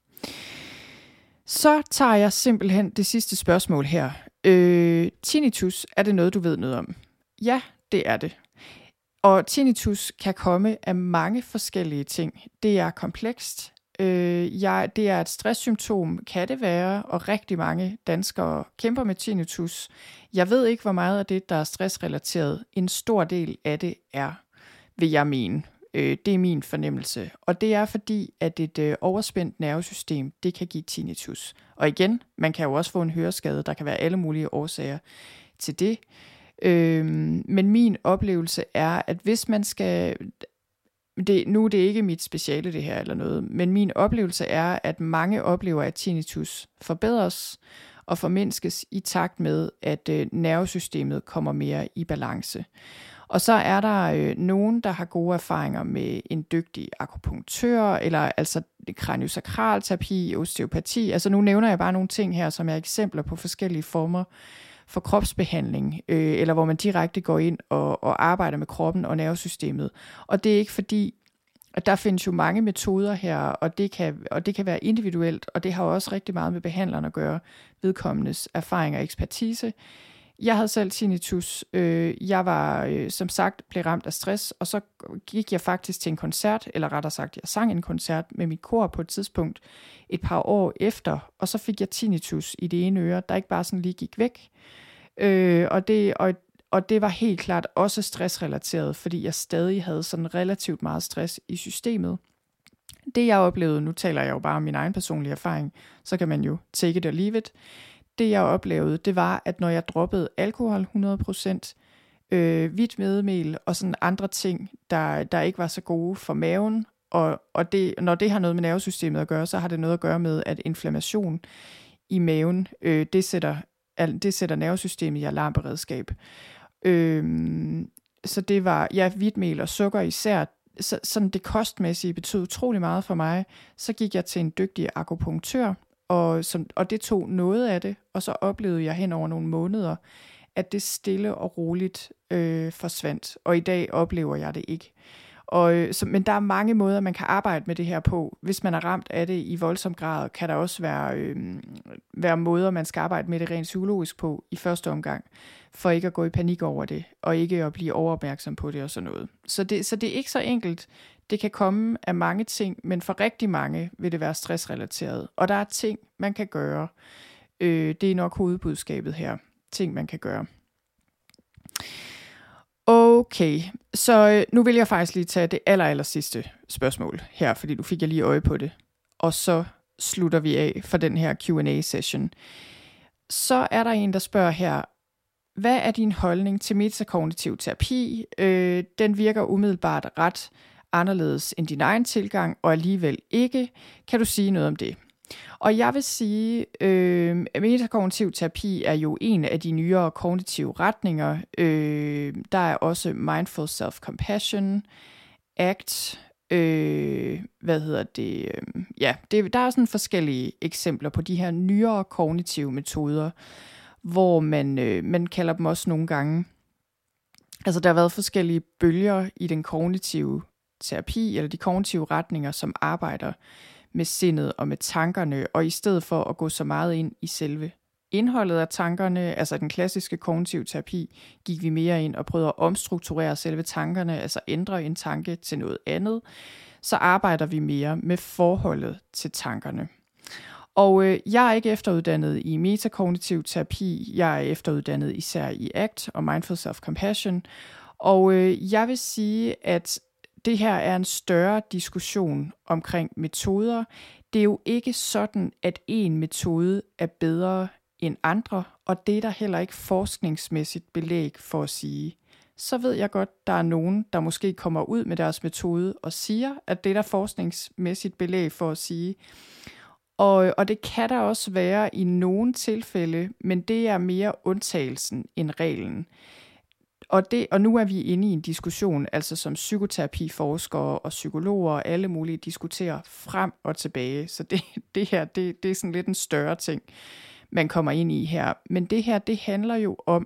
Så tager jeg simpelthen det sidste spørgsmål her. Tinnitus, er det noget, du ved noget om? Ja, det er det. Og tinnitus kan komme af mange forskellige ting. Det er komplekst. Det er et stresssymptom, kan det være, og rigtig mange danskere kæmper med tinnitus. Jeg ved ikke, hvor meget af det, der er stressrelateret. En stor del af det er, vil jeg mene. Det er min fornemmelse. Og det er fordi, at et overspændt nervesystem, det kan give tinnitus. Og igen, man kan jo også få en høreskade. Der kan være alle mulige årsager til det. Men min oplevelse er, at hvis man skal... Nu er det ikke mit speciale det her eller noget, men min oplevelse er, at mange oplever, at tinnitus forbedres og formindskes i takt med, at nervesystemet kommer mere i balance. Og så er der nogen, der har gode erfaringer med en dygtig akupunktør, eller altså kraniosakralterapi, osteopati. Altså nu nævner jeg bare nogle ting her, som er eksempler på forskellige former for kropsbehandling, eller hvor man direkte går ind og arbejder med kroppen og nervesystemet. Og det er ikke fordi, at der findes jo mange metoder her, og det kan være individuelt, og det har jo også rigtig meget med behandleren at gøre, vedkommendes erfaring og ekspertise. Jeg havde selv tinnitus. Jeg var, som sagt, blev ramt af stress, og så gik jeg faktisk til en koncert, eller rettere sagt, jeg sang en koncert med mit kor på et tidspunkt et par år efter, og så fik jeg tinnitus i det ene øre, der ikke bare sådan lige gik væk. Og det var helt klart også stressrelateret, fordi jeg stadig havde sådan relativt meget stress i systemet. Det jeg oplevede, nu taler jeg jo bare om min egen personlige erfaring, så kan man jo take it or leave it. Det jeg oplevede, det var, at når jeg droppede alkohol 100%, hvidt hvedemel og sådan andre ting, der ikke var så gode for maven, og det, når det har noget med nervesystemet at gøre, så har det noget at gøre med, at inflammation i maven, det sætter nervesystemet i alarmberedskab. Så det var, hvidtmel og sukker især, sådan det kostmæssige betød utrolig meget for mig. Så gik jeg til en dygtig akupunktør, og det tog noget af det, og så oplevede jeg hen over nogle måneder, at det stille og roligt forsvandt. Og i dag oplever jeg det ikke. Men der er mange måder, man kan arbejde med det her på. Hvis man er ramt af det i voldsom grad, kan der også være måder, man skal arbejde med det rent psykologisk på i første omgang, for ikke at gå i panik over det, og ikke at blive overopmærksom på det og sådan noget. Så det er ikke så enkelt. Det kan komme af mange ting, men for rigtig mange vil det være stressrelateret. Og der er ting, man kan gøre. Det er nok hovedbudskabet her. Ting, man kan gøre. Okay, så nu vil jeg faktisk lige tage det aller sidste spørgsmål her, fordi nu fik jeg lige øje på det. Og så slutter vi af for den her Q&A-session. Så er der en, der spørger her, hvad er din holdning til metakognitiv terapi? Den virker umiddelbart ret anderledes end din egen tilgang, og alligevel ikke. Kan du sige noget om det? Og jeg vil sige, at metakognitiv terapi er jo en af de nyere kognitive retninger. Der er også Mindful Self-Compassion, ACT, der er sådan forskellige eksempler på de her nyere kognitive metoder, hvor man kalder dem også nogle gange. Altså der har været forskellige bølger i den kognitive terapi, eller de kognitive retninger, som arbejder med sindet og med tankerne, og i stedet for at gå så meget ind i selve indholdet af tankerne, altså den klassiske kognitive terapi, gik vi mere ind og prøvede at omstrukturere selve tankerne, altså ændre en tanke til noget andet. Så arbejder vi mere med forholdet til tankerne. Og jeg er ikke efteruddannet i metakognitiv terapi, jeg er efteruddannet især i ACT og Mindful Self-Compassion, og jeg vil sige, at det her er en større diskussion omkring metoder. Det er jo ikke sådan, at en metode er bedre end andre, og det er der heller ikke forskningsmæssigt belæg for at sige. Så ved jeg godt, der er nogen, der måske kommer ud med deres metode og siger, at det er der forskningsmæssigt belæg for at sige. Og det kan der også være i nogle tilfælde, men det er mere undtagelsen end reglen. Og nu er vi inde i en diskussion, altså som psykoterapiforskere og psykologer og alle mulige diskuterer frem og tilbage. Så det her er sådan lidt en større ting, man kommer ind i her. Men det her, det handler jo om,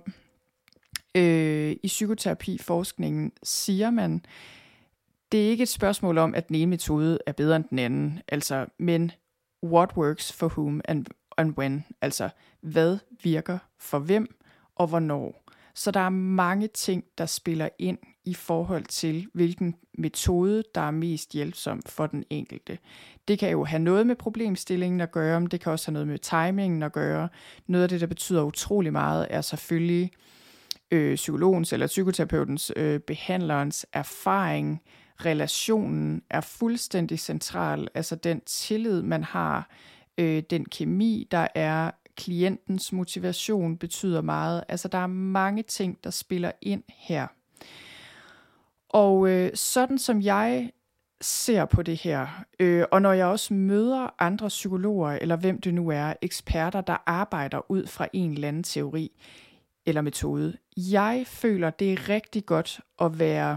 i psykoterapiforskningen siger man, det er ikke et spørgsmål om, at den ene metode er bedre end den anden, altså, men what works for whom and when, altså hvad virker for hvem og hvornår. Så der er mange ting, der spiller ind i forhold til, hvilken metode, der er mest hjælpsom for den enkelte. Det kan jo have noget med problemstillingen at gøre, men det kan også have noget med timingen at gøre. Noget af det, der betyder utrolig meget, er selvfølgelig psykologens eller psykoterapeutens, behandlerens erfaring. Relationen er fuldstændig central, altså den tillid, man har, den kemi, der er, klientens motivation betyder meget. Altså der er mange ting, der spiller ind her. Og sådan som jeg ser på det her, og når jeg også møder andre psykologer, eller hvem det nu er, eksperter, der arbejder ud fra en eller anden teori eller metode, jeg føler, det er rigtig godt at være,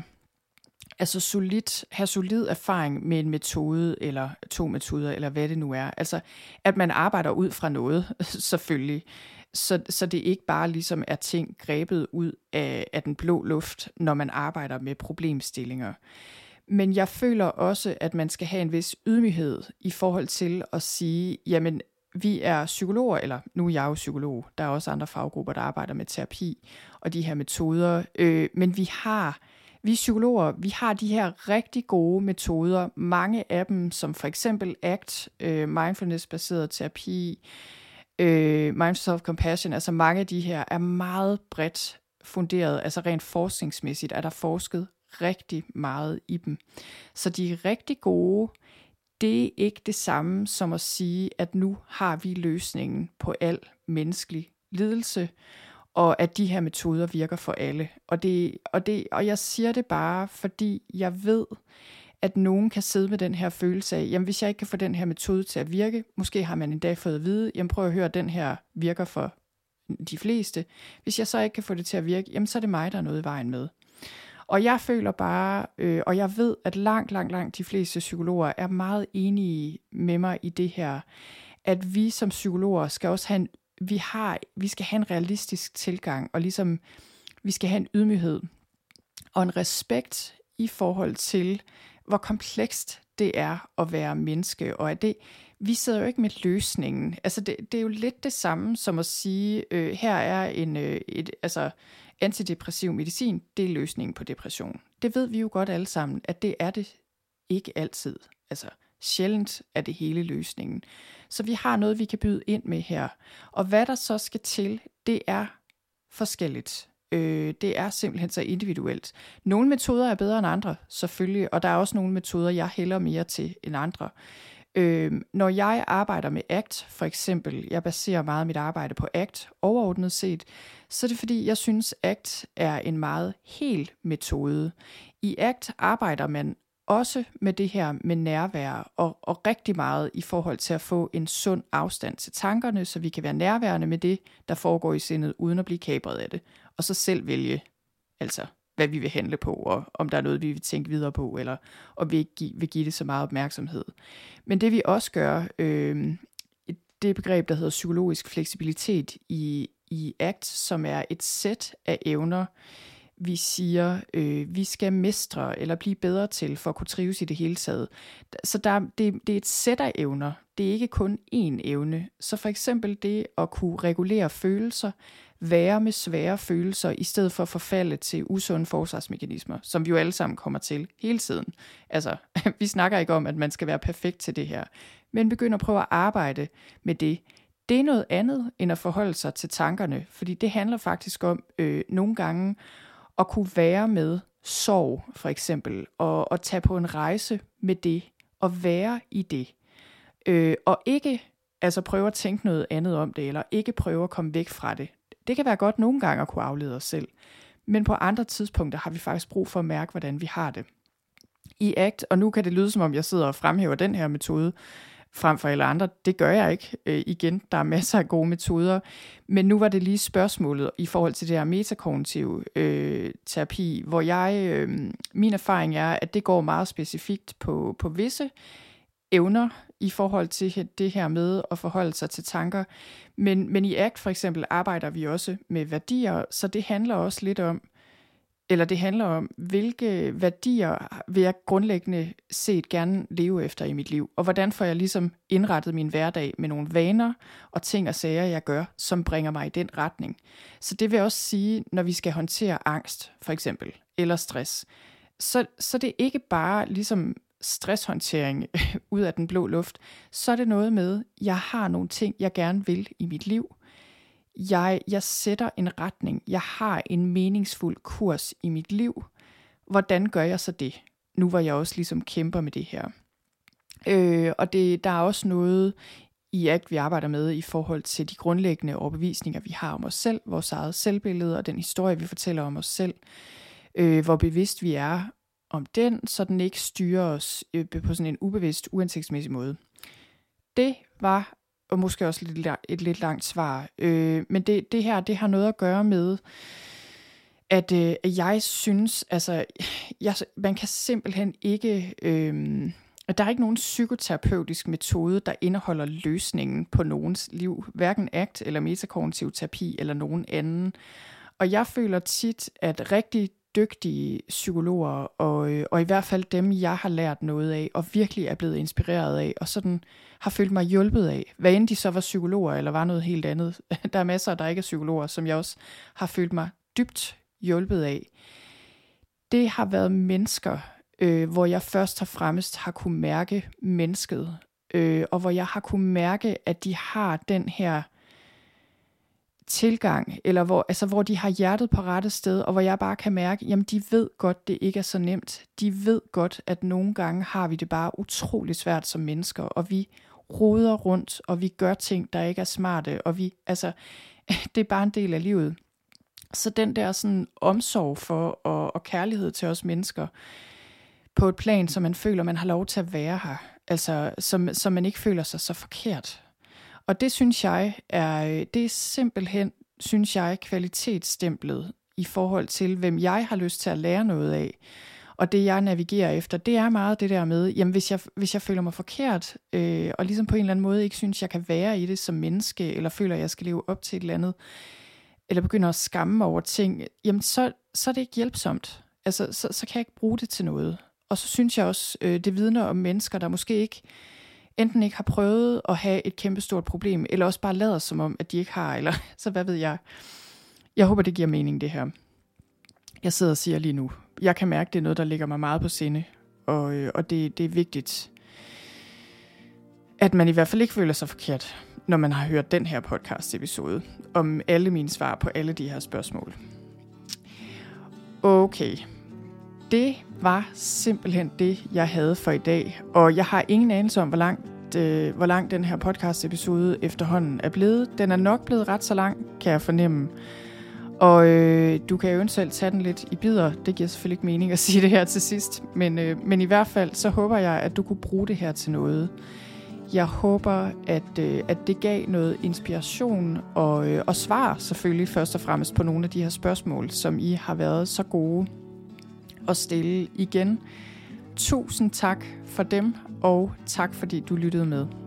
altså have solid erfaring med en metode, eller 2 metoder, eller hvad det nu er. Altså, at man arbejder ud fra noget, selvfølgelig. Så det ikke bare ligesom er ting grebet ud af den blå luft, når man arbejder med problemstillinger. Men jeg føler også, at man skal have en vis ydmyghed i forhold til at sige, jamen, vi er psykologer, eller nu er jeg jo psykolog, der er også andre faggrupper, der arbejder med terapi og de her metoder, men vi psykologer, vi har de her rigtig gode metoder, mange af dem, som for eksempel ACT, mindfulness-baseret terapi, Mindful Self-Compassion, altså mange af de her er meget bredt funderet, altså rent forskningsmæssigt er der forsket rigtig meget i dem. Så de er rigtig gode. Det er ikke det samme som at sige, at nu har vi løsningen på al menneskelig lidelse, og at de her metoder virker for alle. Og jeg siger det bare, fordi jeg ved, at nogen kan sidde med den her følelse af, jamen hvis jeg ikke kan få den her metode til at virke, måske har man en dag fået at vide, jamen prøv at høre, at den her virker for de fleste. Hvis jeg så ikke kan få det til at virke, jamen så er det mig, der er noget i vejen med. Og jeg føler bare, og jeg ved, at langt de fleste psykologer er meget enige med mig i det her, at vi som psykologer skal også have vi skal have en realistisk tilgang, og ligesom vi skal have en ydmyghed og en respekt i forhold til, hvor komplekst det er at være menneske, og at vi sidder jo ikke med løsningen. Altså det er jo lidt det samme som at sige, her er antidepressiv medicin, det er løsningen på depression. Det ved vi jo godt alle sammen, at det er det ikke altid. Altså sjældent er det hele løsningen. Så vi har noget, vi kan byde ind med her. Og hvad der så skal til, det er forskelligt. Det er simpelthen så individuelt. Nogle metoder er bedre end andre, selvfølgelig, og der er også nogle metoder, jeg hælder mere til end andre. Når jeg arbejder med ACT, for eksempel, jeg baserer meget mit arbejde på ACT overordnet set, så er det fordi, jeg synes, ACT er en meget hel metode. I ACT arbejder man også med det her med nærvær, og rigtig meget i forhold til at få en sund afstand til tankerne, så vi kan være nærværende med det, der foregår i sindet, uden at blive kapret af det. Og så selv vælge, altså hvad vi vil handle på, og om der er noget, vi vil tænke videre på, eller om vi ikke vil give det så meget opmærksomhed. Men det vi også gør, det begreb, der hedder psykologisk fleksibilitet i ACT, som er et sæt af evner, vi siger, vi skal mestre eller blive bedre til for at kunne trives i det hele taget. Så det er et sæt af evner. Det er ikke kun én evne. Så for eksempel det at kunne regulere følelser, være med svære følelser, i stedet for at forfalde til usunde forsvarsmekanismer, som vi jo alle sammen kommer til hele tiden. Altså, vi snakker ikke om, at man skal være perfekt til det her, men begynder at prøve at arbejde med det. Det er noget andet, end at forholde sig til tankerne, fordi det handler faktisk om nogle gange at kunne være med sorg, for eksempel, og tage på en rejse med det, og være i det. Og ikke altså prøve at tænke noget andet om det, eller ikke prøve at komme væk fra det. Det kan være godt nogle gange at kunne aflede os selv, men på andre tidspunkter har vi faktisk brug for at mærke, hvordan vi har det. I ACT, og nu kan det lyde som om jeg sidder og fremhæver den her metode frem for alle andre, det gør jeg ikke. Igen, der er masser af gode metoder, men nu var det lige spørgsmålet i forhold til det her metakognitive terapi, hvor min erfaring er, at det går meget specifikt på visse evner i forhold til det her med at forholde sig til tanker. Men i ACT for eksempel arbejder vi også med værdier, så det handler også lidt om, hvilke værdier vil jeg grundlæggende set gerne leve efter i mit liv, og hvordan får jeg ligesom indrettet min hverdag med nogle vaner og ting og sager, jeg gør, som bringer mig i den retning. Så det vil også sige, når vi skal håndtere angst, for eksempel, eller stress, så det er ikke bare ligesom stresshåndtering ud af den blå luft, så er det noget med, jeg har nogle ting, jeg gerne vil i mit liv. Jeg sætter en retning. Jeg har en meningsfuld kurs i mit liv. Hvordan gør jeg så det? Nu hvor jeg også ligesom kæmper med det her. Og der er også noget i ACT, vi arbejder med i forhold til de grundlæggende overbevisninger, vi har om os selv, vores eget selvbillede og den historie, vi fortæller om os selv. Hvor bevidst vi er om den, så den ikke styrer os på sådan en ubevidst, uhensigtsmæssig måde. Det var og måske også et lidt langt svar. Men det her, det har noget at gøre med, at jeg synes, altså, man kan simpelthen ikke, der er ikke nogen psykoterapeutisk metode, der indeholder løsningen på nogens liv, hverken ACT eller metakognitiv terapi eller nogen anden. Og jeg føler tit, at rigtig dygtige psykologer, og i hvert fald dem, jeg har lært noget af, og virkelig er blevet inspireret af, og sådan har følt mig hjulpet af, hvad end de så var psykologer, eller var noget helt andet. Der er masser, der ikke er psykologer, som jeg også har følt mig dybt hjulpet af. Det har været mennesker, hvor jeg først og fremmest har kunne mærke mennesket, og hvor jeg har kunne mærke, at de har den her tilgang, eller hvor de har hjertet på rette sted, og hvor jeg bare kan mærke, jamen de ved godt, det ikke er så nemt. De ved godt, at nogle gange har vi det bare utroligt svært som mennesker, og vi roder rundt, og vi gør ting, der ikke er smarte, og det er bare en del af livet. Så den der sådan omsorg for og kærlighed til os mennesker, på et plan, så man føler, man har lov til at være her, altså så man ikke føler sig så forkert. Og det synes jeg det er simpelthen, synes jeg, kvalitetsstemplet i forhold til, hvem jeg har lyst til at lære noget af. Og det jeg navigerer efter, det er meget det der med, jamen hvis jeg føler mig forkert, og ligesom på en eller anden måde ikke synes, jeg kan være i det som menneske, eller føler, jeg skal leve op til et eller andet, eller begynder at skamme over ting, jamen så er det ikke hjælpsomt. Altså, så kan jeg ikke bruge det til noget. Og så synes jeg også, det vidner om mennesker, der måske ikke enten ikke har prøvet at have et kæmpestort problem, eller også bare lader som om, at de ikke har, eller så hvad ved jeg. Jeg håber, det giver mening, det her. Jeg sidder og siger lige nu, jeg kan mærke, det er noget, der ligger mig meget på sinde, og det er vigtigt, at man i hvert fald ikke føler sig forkert, når man har hørt den her podcast-episode, om alle mine svar på alle de her spørgsmål. Okay. Det var simpelthen det, jeg havde for i dag, og jeg har ingen anelse om, hvor lang den her podcast-episode efterhånden er blevet. Den er nok blevet ret så lang, kan jeg fornemme. Og du kan jo selv tage den lidt i bidder. Det giver selvfølgelig ikke mening at sige det her til sidst, men i hvert fald så håber jeg, at du kunne bruge det her til noget. Jeg håber, at det gav noget inspiration og svar selvfølgelig først og fremmest på nogle af de her spørgsmål, som I har været så gode at stille igen. Tusind tak for dem, og tak fordi du lyttede med.